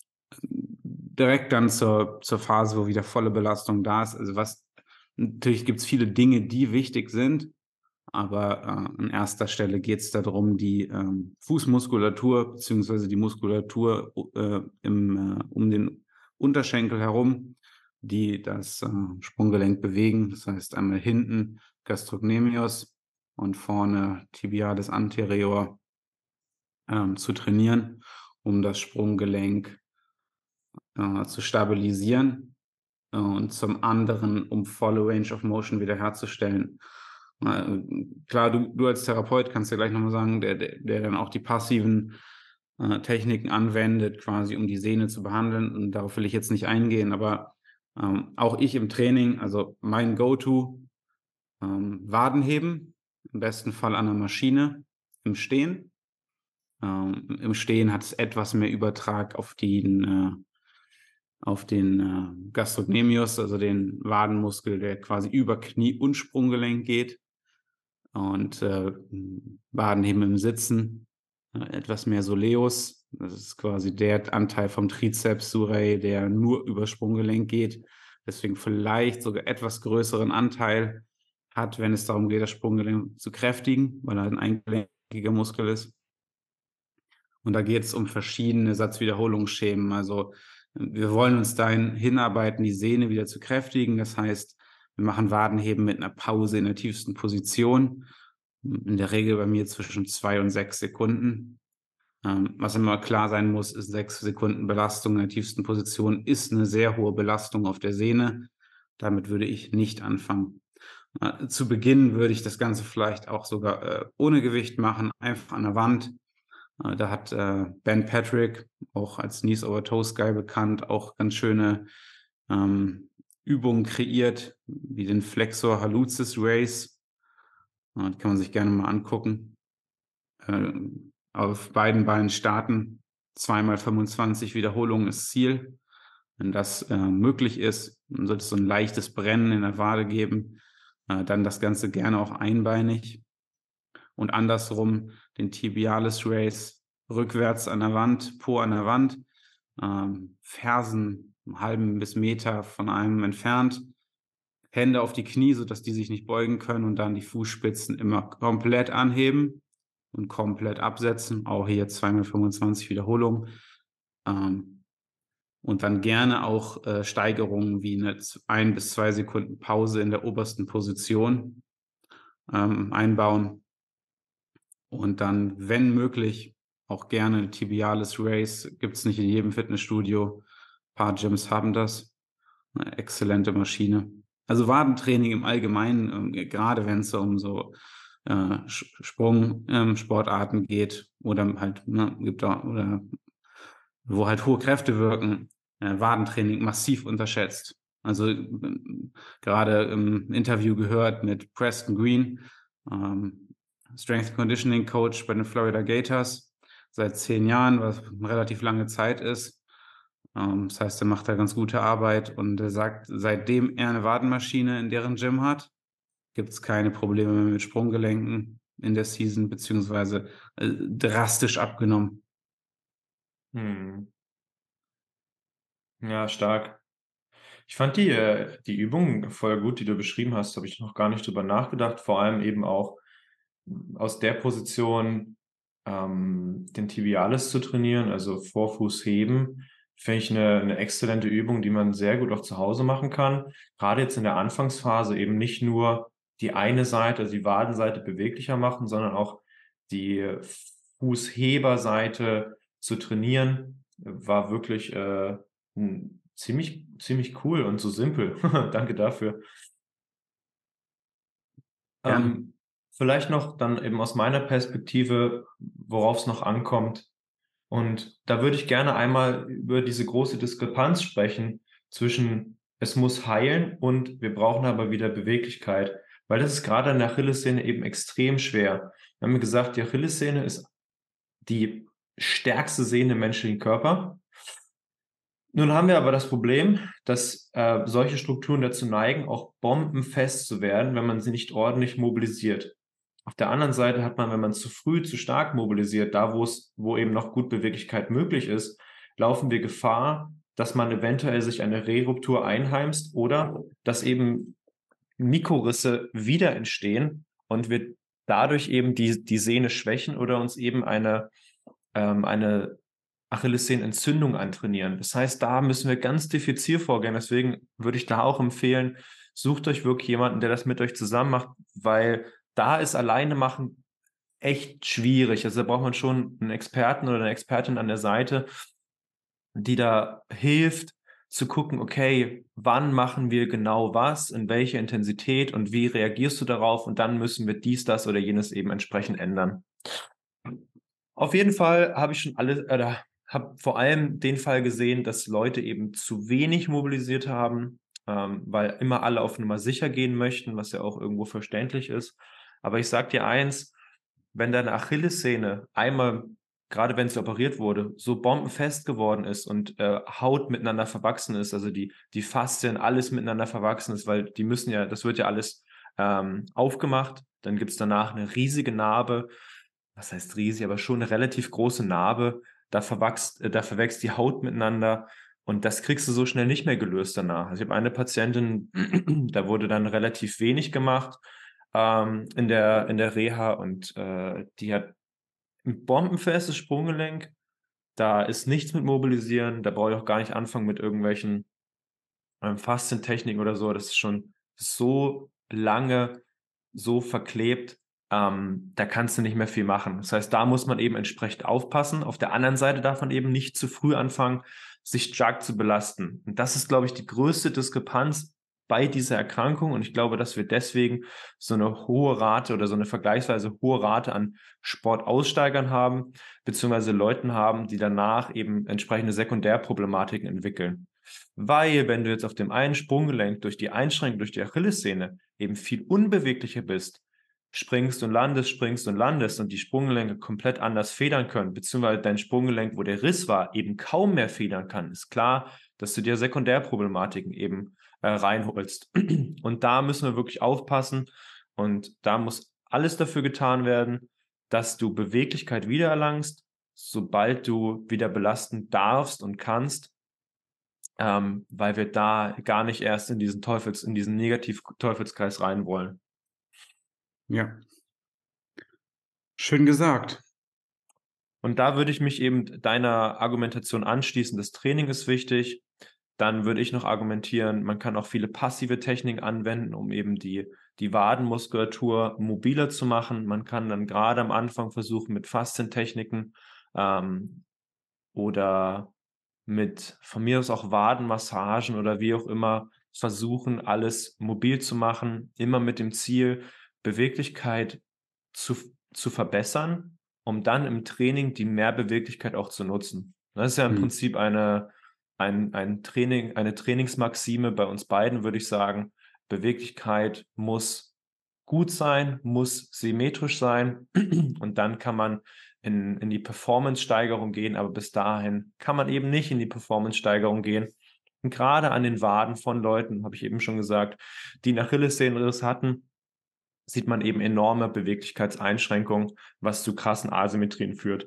direkt dann zur, zur Phase, wo wieder volle Belastung da ist. Also was, natürlich gibt es viele Dinge, die wichtig sind, aber äh, an erster Stelle geht es darum, die ähm, Fußmuskulatur beziehungsweise die Muskulatur äh, im, äh, um den Unterschenkel herum, die das äh, Sprunggelenk bewegen. Das heißt einmal hinten Gastrocnemius und vorne Tibialis anterior ähm, zu trainieren, um das Sprunggelenk äh, zu stabilisieren äh, und zum anderen, um volle Range of Motion wiederherzustellen. Äh, Klar, du, du als Therapeut kannst ja gleich nochmal sagen, der, der, der dann auch die passiven äh, Techniken anwendet, quasi um die Sehne zu behandeln. Und darauf will ich jetzt nicht eingehen, aber ähm, auch ich im Training, also mein Go-To, ähm, Wadenheben, im besten Fall an der Maschine, im Stehen. Ähm, Im Stehen hat es etwas mehr Übertrag auf den, äh, auf den äh, Gastrocnemius, also den Wadenmuskel, der quasi über Knie und Sprunggelenk geht. Und äh, Wadenheben im Sitzen, äh, etwas mehr Soleus. Das ist quasi der Anteil vom Trizeps Surae, der nur über Sprunggelenk geht. Deswegen vielleicht sogar etwas größeren Anteil hat, wenn es darum geht, das Sprunggelenk zu kräftigen, weil er ein eingelenkiger Muskel ist. Und da geht es um verschiedene Satzwiederholungsschemen. Also wir wollen uns dahin hinarbeiten, die Sehne wieder zu kräftigen. Das heißt, wir machen Wadenheben mit einer Pause in der tiefsten Position. In der Regel bei mir zwischen zwei und sechs Sekunden. Ähm, was immer klar sein muss, ist, sechs Sekunden Belastung in der tiefsten Position ist eine sehr hohe Belastung auf der Sehne. Damit würde ich nicht anfangen. Äh, zu Beginn würde ich das Ganze vielleicht auch sogar äh, ohne Gewicht machen, einfach an der Wand. Äh, da hat äh, Ben Patrick, auch als Knees over Toes Guy bekannt, auch ganz schöne ähm, Übungen kreiert, wie den Flexor Hallucis Race. Äh, die kann man sich gerne mal angucken. Äh, auf beiden Beinen starten, zweimal fünfundzwanzig Wiederholungen ist Ziel. Wenn das äh, möglich ist, dann sollte es so ein leichtes Brennen in der Wade geben. Äh, dann das Ganze gerne auch einbeinig. Und andersrum den Tibialis Race rückwärts an der Wand, Po an der Wand, ähm, Fersen einen halben bis Meter von einem entfernt, Hände auf die Knie, sodass die sich nicht beugen können und dann die Fußspitzen immer komplett anheben und komplett absetzen. Auch hier zweimal fünfundzwanzig Wiederholungen. Ähm, und dann gerne auch äh, Steigerungen wie eine ein bis zwei Sekunden Pause in der obersten Position ähm, einbauen. Und dann, wenn möglich, auch gerne Tibialis Race. Gibt es nicht in jedem Fitnessstudio. Ein paar Gyms haben das. Eine exzellente Maschine. Also Wadentraining im Allgemeinen, äh, gerade wenn es so um so äh, Sprungsportarten ähm, geht oder halt, ne, gibt da, oder wo halt hohe Kräfte wirken, äh, Wadentraining massiv unterschätzt. Also äh, gerade im Interview gehört mit Preston Green, ähm, Strength Conditioning Coach bei den Florida Gators, seit zehn Jahren, was eine relativ lange Zeit ist. Ähm, das heißt, er macht da ganz gute Arbeit und er sagt, seitdem er eine Wadenmaschine in deren Gym hat, gibt es keine Probleme mehr mit Sprunggelenken in der Season, beziehungsweise äh, drastisch abgenommen. Hm. Ja, stark. Ich fand die, äh, die Übung voll gut, die du beschrieben hast, habe ich noch gar nicht drüber nachgedacht. Vor allem eben auch aus der Position ähm, den Tibialis zu trainieren, also Vorfuß heben, finde ich eine, eine exzellente Übung, die man sehr gut auch zu Hause machen kann. Gerade jetzt in der Anfangsphase eben nicht nur die eine Seite, also die Wadenseite beweglicher machen, sondern auch die Fußheberseite zu trainieren, war wirklich äh, ein ziemlich, ziemlich cool und so simpel. Danke dafür. Gerne. Ähm, vielleicht noch dann eben aus meiner Perspektive, worauf es noch ankommt. Und da würde ich gerne einmal über diese große Diskrepanz sprechen zwischen es muss heilen und wir brauchen aber wieder Beweglichkeit, weil das ist gerade an der Achillessehne eben extrem schwer. Wir haben gesagt, die Achillessehne ist die stärkste Sehne im menschlichen Körper. Nun haben wir aber das Problem, dass äh, solche Strukturen dazu neigen, auch bombenfest zu werden, wenn man sie nicht ordentlich mobilisiert. Auf der anderen Seite hat man, wenn man zu früh, zu stark mobilisiert, da wo es, wo eben noch gut Beweglichkeit möglich ist, laufen wir Gefahr, dass man eventuell sich eine Reruptur einheimst oder dass eben Mikrorisse wieder entstehen und wir dadurch eben die, die Sehne schwächen oder uns eben eine, ähm, eine Achillessehnenentzündung antrainieren. Das heißt, da müssen wir ganz diffizil vorgehen. Deswegen würde ich da auch empfehlen, sucht euch wirklich jemanden, der das mit euch zusammen macht, weil da ist alleine machen echt schwierig. Also da braucht man schon einen Experten oder eine Expertin an der Seite, die da hilft zu gucken, okay, wann machen wir genau was, in welcher Intensität und wie reagierst du darauf und dann müssen wir dies, das oder jenes eben entsprechend ändern. Auf jeden Fall habe ich schon alle, oder habe vor allem den Fall gesehen, dass Leute eben zu wenig mobilisiert haben, ähm, weil immer alle auf Nummer sicher gehen möchten, was ja auch irgendwo verständlich ist. Aber ich sage dir eins, wenn deine Achillessehne einmal, gerade wenn sie operiert wurde, so bombenfest geworden ist und äh, Haut miteinander verwachsen ist, also die, die Faszien, alles miteinander verwachsen ist, weil die müssen ja, das wird ja alles ähm, aufgemacht, dann gibt es danach eine riesige Narbe, was heißt riesig, aber schon eine relativ große Narbe, da verwachst, äh, da verwächst die Haut miteinander und das kriegst du so schnell nicht mehr gelöst danach. Also ich habe eine Patientin, da wurde dann relativ wenig gemacht ähm, in der, in der Reha und äh, die hat ein bombenfestes Sprunggelenk. Da ist nichts mit Mobilisieren. Da brauche ich auch gar nicht anfangen mit irgendwelchen ähm, Faszientechniken oder so. Das ist schon so lange so verklebt. Ähm, da kannst du nicht mehr viel machen. Das heißt, da muss man eben entsprechend aufpassen. Auf der anderen Seite darf man eben nicht zu früh anfangen, sich stark zu belasten. Und das ist, glaube ich, die größte Diskrepanz bei dieser Erkrankung. Und ich glaube, dass wir deswegen so eine hohe Rate oder so eine vergleichsweise hohe Rate an Sportaussteigern haben, beziehungsweise Leuten haben, die danach eben entsprechende Sekundärproblematiken entwickeln. Weil, wenn du jetzt auf dem einen Sprunggelenk durch die Einschränkung, durch die Achillessehne eben viel unbeweglicher bist, springst und landest, springst und landest und die Sprunggelenke komplett anders federn können, beziehungsweise dein Sprunggelenk, wo der Riss war, eben kaum mehr federn kann, ist klar, dass du dir Sekundärproblematiken eben äh, reinholst. Und da müssen wir wirklich aufpassen und da muss alles dafür getan werden, dass du Beweglichkeit wiedererlangst, sobald du wieder belasten darfst und kannst, ähm, weil wir da gar nicht erst in diesen Teufels, in diesen Negativ-Teufelskreis rein wollen. Ja. Schön gesagt. Und da würde ich mich eben deiner Argumentation anschließen. Das Training ist wichtig. Dann würde ich noch argumentieren, man kann auch viele passive Techniken anwenden, um eben die, die Wadenmuskulatur mobiler zu machen. Man kann dann gerade am Anfang versuchen mit Faszientechniken ähm, oder mit von mir aus auch Wadenmassagen oder wie auch immer versuchen, alles mobil zu machen, immer mit dem Ziel, Beweglichkeit zu, zu verbessern, um dann im Training die Mehrbeweglichkeit auch zu nutzen. Das ist ja im Hm. Prinzip eine, ein, ein Training, eine Trainingsmaxime bei uns beiden, würde ich sagen. Beweglichkeit muss gut sein, muss symmetrisch sein und dann kann man in, in die Performance-Steigerung gehen, aber bis dahin kann man eben nicht in die Performance-Steigerung gehen. Und gerade an den Waden von Leuten, habe ich eben schon gesagt, die einen Achillessehnenriss hatten, sieht man eben enorme Beweglichkeitseinschränkungen, was zu krassen Asymmetrien führt.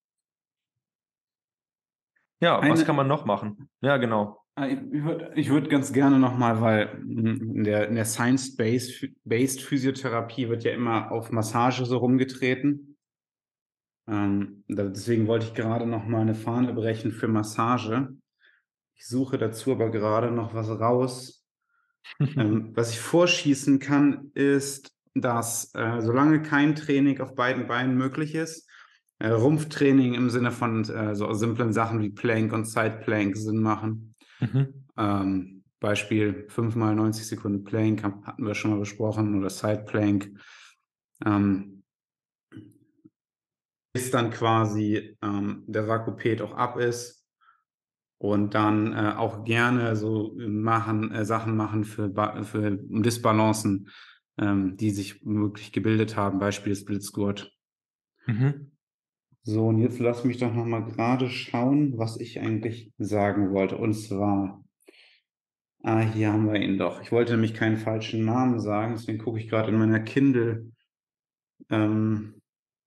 Ja, was kann Eine, man noch machen? Ja, genau. ich würde ich würd ganz gerne nochmal, weil in der, in der Science-Based Physiotherapie wird ja immer auf Massage so rumgetreten. Ähm, da- deswegen wollte ich gerade nochmal eine Fahne brechen für Massage. Ich suche dazu aber gerade noch was raus. Ähm, was ich vorschießen kann, ist, dass äh, solange kein Training auf beiden Beinen möglich ist, äh, Rumpftraining im Sinne von äh, so simplen Sachen wie Plank und Side Plank Sinn machen. Mhm. Ähm, Beispiel fünf mal neunzig Sekunden Plank haben- hatten wir schon mal besprochen oder Side Plank. Ähm, bis dann quasi ähm, der Sarkoped auch ab ist und dann äh, auch gerne so machen, äh, Sachen machen für, Ba- für Disbalancen, ähm, die sich wirklich gebildet haben, Beispiel Split Squat. Mhm. So, und jetzt lass mich doch noch mal gerade schauen, was ich eigentlich sagen wollte. Und zwar, ah, hier haben wir ihn doch. Ich wollte nämlich keinen falschen Namen sagen, deswegen gucke ich gerade in meiner Kindle ähm,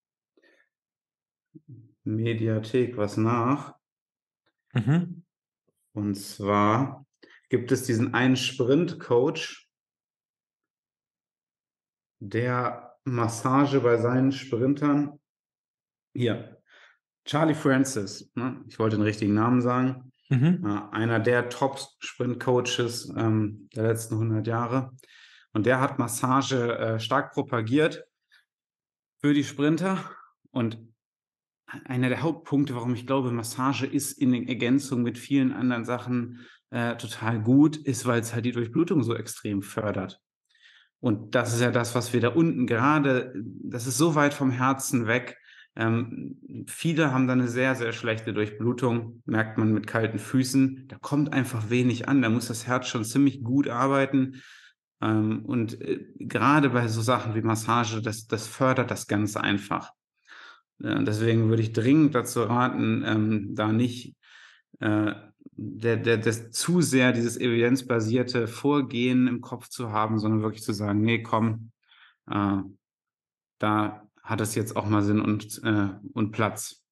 Mediathek was nach. Mhm. Und zwar gibt es diesen einen Sprint-Coach, der Massage bei seinen Sprintern, hier, Charlie Francis, ne? Ich wollte den richtigen Namen sagen, äh, Mhm. einer der Top-Sprint-Coaches ähm, der letzten hundert Jahre. Und der hat Massage äh, stark propagiert für die Sprinter. Und einer der Hauptpunkte, warum ich glaube, Massage ist in Ergänzung mit vielen anderen Sachen äh, total gut ist, weil es halt die Durchblutung so extrem fördert. Und das ist ja das, was wir da unten gerade, das ist so weit vom Herzen weg. Ähm, viele haben da eine sehr, sehr schlechte Durchblutung, merkt man mit kalten Füßen. Da kommt einfach wenig an, da muss das Herz schon ziemlich gut arbeiten. Ähm, und äh, gerade bei so Sachen wie Massage, das, das fördert das ganz einfach. Äh, deswegen würde ich dringend dazu raten, ähm, da nicht äh, der, der, das zu sehr dieses evidenzbasierte Vorgehen im Kopf zu haben, sondern wirklich zu sagen, nee, komm, äh, da hat es jetzt auch mal Sinn und, äh, und Platz.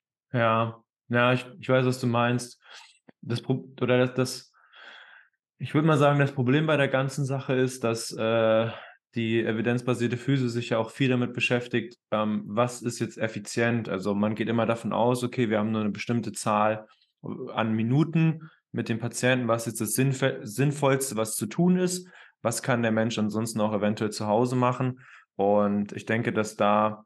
Ja, ja, ich, ich weiß, was du meinst. Das Pro oder das, das, ich würde mal sagen, das Problem bei der ganzen Sache ist, dass äh, die evidenzbasierte Physio sich ja auch viel damit beschäftigt, ähm, was ist jetzt effizient. Also man geht immer davon aus, okay, wir haben nur eine bestimmte Zahl äh, an Minuten mit dem Patienten, was jetzt das Sinnv Sinnvollste, was zu tun ist, was kann der Mensch ansonsten auch eventuell zu Hause machen. Und ich denke, dass da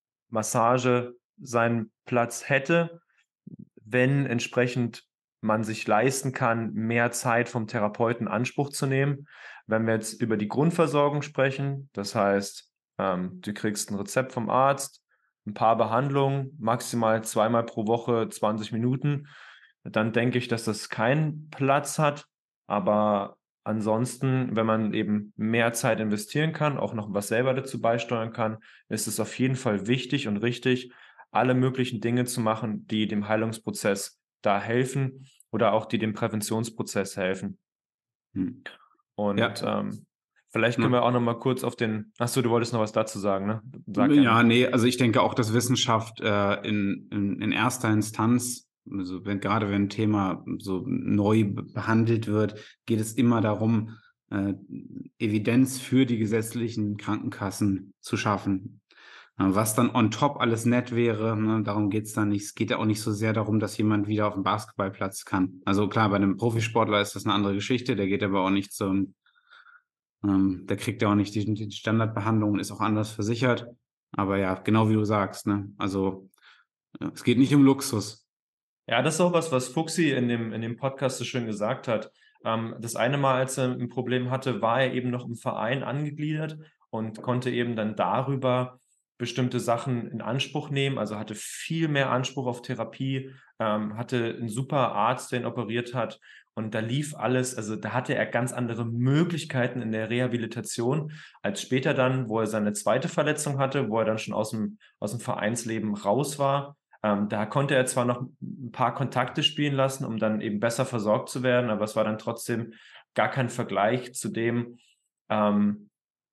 Massage seinen Platz hätte, wenn entsprechend man sich leisten kann, mehr Zeit vom Therapeuten in Anspruch zu nehmen. Wenn wir jetzt über die Grundversorgung sprechen, das heißt, ähm, du kriegst ein Rezept vom Arzt, ein paar Behandlungen, maximal zweimal pro Woche zwanzig Minuten, dann denke ich, dass das keinen Platz hat. Aber ansonsten, wenn man eben mehr Zeit investieren kann, auch noch was selber dazu beisteuern kann, ist es auf jeden Fall wichtig und richtig, alle möglichen Dinge zu machen, die dem Heilungsprozess da helfen oder auch die dem Präventionsprozess helfen. Hm. Und Ja, ähm, vielleicht können ne? wir auch noch mal kurz auf den. Ach so, du wolltest noch was dazu sagen, ne? Sag Ja, gerne. nee, also ich denke auch, dass Wissenschaft äh, in, in, in erster Instanz, also wenn, gerade wenn ein Thema so neu be- behandelt wird, geht es immer darum, äh, Evidenz für die gesetzlichen Krankenkassen zu schaffen. Äh, Was dann on top alles nett wäre, ne, darum geht's dann nicht. Es geht ja auch nicht so sehr darum, dass jemand wieder auf den Basketballplatz kann. Also klar, bei einem Profisportler ist das eine andere Geschichte, der geht aber auch nicht zum ähm, der kriegt ja auch nicht die, die Standardbehandlung und ist auch anders versichert. Aber ja, genau wie du sagst, ne? Also ja, es geht nicht um Luxus. Ja, das ist auch was, was Fuchsi in dem, in dem Podcast so schön gesagt hat. Ähm, das eine Mal, als er ein Problem hatte, war er eben noch im Verein angegliedert und konnte eben dann darüber bestimmte Sachen in Anspruch nehmen, also hatte viel mehr Anspruch auf Therapie, ähm, hatte einen super Arzt, der ihn operiert hat und da lief alles, also da hatte er ganz andere Möglichkeiten in der Rehabilitation als später dann, wo er seine zweite Verletzung hatte, wo er dann schon aus dem, aus dem Vereinsleben raus war. Ähm, da konnte er zwar noch ein paar Kontakte spielen lassen, um dann eben besser versorgt zu werden, aber es war dann trotzdem gar kein Vergleich zu dem, ähm,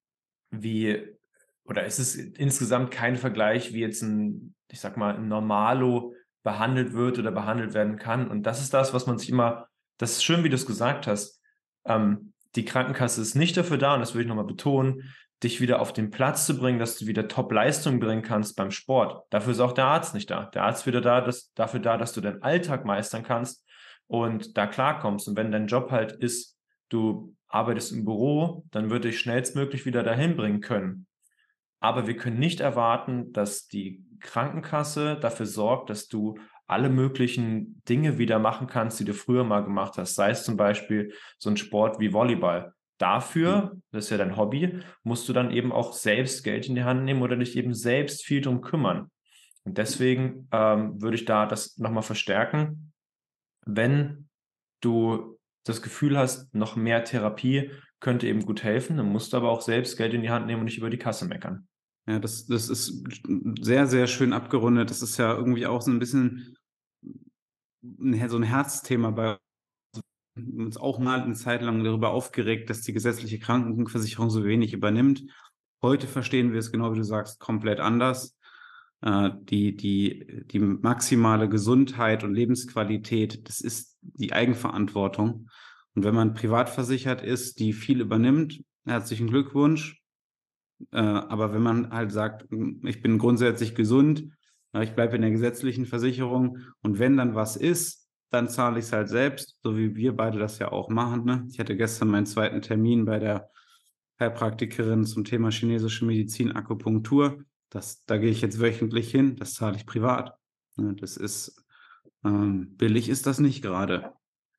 wie, oder es ist insgesamt kein Vergleich, wie jetzt ein, ich sag mal, ein Normalo behandelt wird oder behandelt werden kann. Und das ist das, was man sich immer, das ist schön, wie du es gesagt hast. Ähm, die Krankenkasse ist nicht dafür da, und das will ich nochmal betonen, dich wieder auf den Platz zu bringen, dass du wieder Top-Leistung bringen kannst beim Sport. Dafür ist auch der Arzt nicht da. Der Arzt ist wieder da, dass, dafür da, dass du deinen Alltag meistern kannst und da klarkommst. Und wenn dein Job halt ist, du arbeitest im Büro, dann würde ich schnellstmöglich wieder dahin bringen können. Aber wir können nicht erwarten, dass die Krankenkasse dafür sorgt, dass du alle möglichen Dinge wieder machen kannst, die du früher mal gemacht hast. Sei es zum Beispiel so ein Sport wie Volleyball. Dafür, das ist ja dein Hobby, musst du dann eben auch selbst Geld in die Hand nehmen oder dich eben selbst viel drum kümmern. Und deswegen ähm, würde ich da das nochmal verstärken. Wenn du das Gefühl hast, noch mehr Therapie könnte eben gut helfen, dann musst du aber auch selbst Geld in die Hand nehmen und nicht über die Kasse meckern. Ja, das, das ist sehr, sehr schön abgerundet. Das ist ja irgendwie auch so ein bisschen ein, so ein Herzthema bei uns, auch mal eine Zeit lang darüber aufgeregt, dass die gesetzliche Krankenversicherung so wenig übernimmt. Heute verstehen wir es, genau wie du sagst, komplett anders. Äh, die, die, die maximale Gesundheit und Lebensqualität, das ist die Eigenverantwortung. Und wenn man privat versichert ist, die viel übernimmt, herzlichen Glückwunsch. Äh, aber wenn man halt sagt, ich bin grundsätzlich gesund, ja, ich bleibe in der gesetzlichen Versicherung und wenn dann was ist, dann zahle ich es halt selbst, so wie wir beide das ja auch machen. Ne? Ich hatte gestern meinen zweiten Termin bei der Heilpraktikerin zum Thema chinesische Medizin, Akupunktur. Das, da gehe ich jetzt wöchentlich hin, das zahle ich privat. Ne? Das ist, ähm, billig ist das nicht gerade.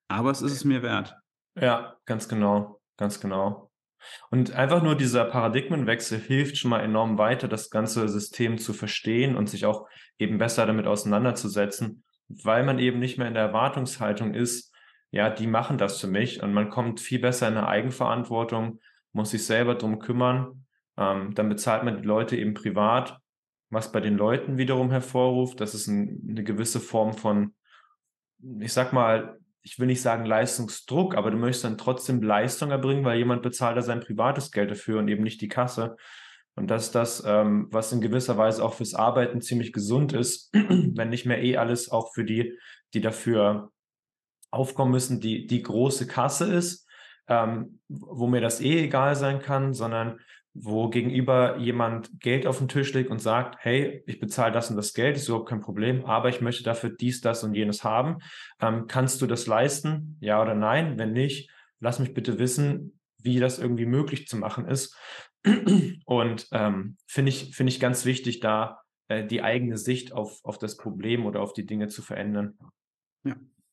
aber es ist es mir wert. Ja, ganz genau, ganz genau. Und einfach nur dieser Paradigmenwechsel hilft schon mal enorm weiter, das ganze System zu verstehen und sich auch eben besser damit auseinanderzusetzen, weil man eben nicht mehr in der Erwartungshaltung ist, ja, die machen das für mich und man kommt viel besser in eine Eigenverantwortung, muss sich selber drum kümmern. Ähm, dann bezahlt man die Leute eben privat, was bei den Leuten wiederum hervorruft, dass es ein, eine gewisse Form von, ich sag mal, ich will nicht sagen Leistungsdruck, aber du möchtest dann trotzdem Leistung erbringen, weil jemand bezahlt da sein privates Geld dafür und eben nicht die Kasse. Und das ist das, ähm, was in gewisser Weise auch fürs Arbeiten ziemlich gesund ist, wenn nicht mehr eh alles auch für die, die dafür aufkommen müssen, die, die große Kasse ist, ähm, wo mir das eh egal sein kann, sondern wo gegenüber jemand Geld auf den Tisch legt und sagt, hey, ich bezahle das und das Geld, ist überhaupt kein Problem, aber ich möchte dafür dies, das und jenes haben. Ähm, kannst du das leisten? Ja oder nein? Wenn nicht, lass mich bitte wissen, wie das irgendwie möglich zu machen ist. Und ähm, finde ich, finde ich ganz wichtig, da äh, die eigene Sicht auf, auf das Problem oder auf die Dinge zu verändern. Ja.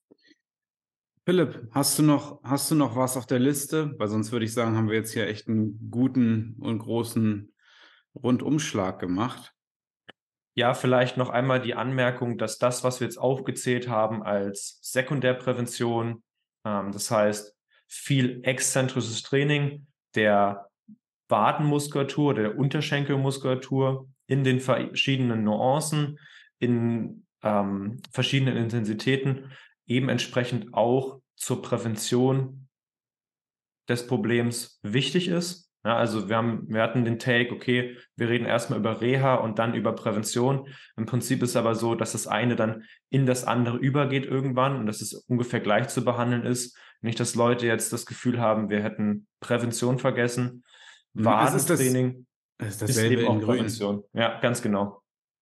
Philipp, hast du noch, hast du noch was auf der Liste? Weil sonst würde ich sagen, haben wir jetzt hier echt einen guten und großen Rundumschlag gemacht. Ja, vielleicht noch einmal die Anmerkung, dass das, was wir jetzt aufgezählt haben als Sekundärprävention, ähm, das heißt viel exzentrisches Training der Wadenmuskulatur, der Unterschenkelmuskulatur in den verschiedenen Nuancen, in ähm, verschiedenen Intensitäten, eben entsprechend auch zur Prävention des Problems wichtig ist. Ja, also wir haben, wir hatten den Take, okay, wir reden erstmal über Reha und dann über Prävention. Im Prinzip ist es aber so, dass das eine dann in das andere übergeht irgendwann und dass es ungefähr gleich zu behandeln ist. Nicht, dass Leute jetzt das Gefühl haben, wir hätten Prävention vergessen. Es ist das, Wadentraining es ist ist dasselbe eben in auch Grün. Prävention. Ja, ganz genau.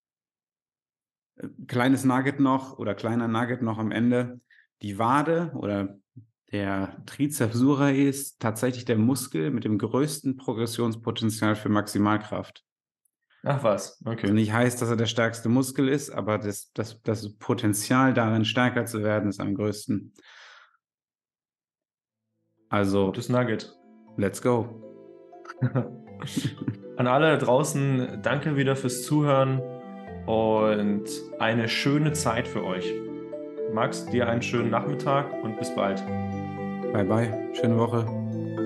Kleines Nugget noch oder kleiner Nugget noch am Ende. Die Wade oder der Trizeps surae ist tatsächlich der Muskel mit dem größten Progressionspotenzial für Maximalkraft. Ach was, Also okay. nicht heißt, dass er der stärkste Muskel ist, aber das, das, das Potenzial darin, stärker zu werden, ist am größten. Also, Gutes Nugget. let's go. An alle da draußen, danke wieder fürs Zuhören und eine schöne Zeit für euch. Max, dir einen schönen Nachmittag und bis bald. Bye bye, schöne Woche.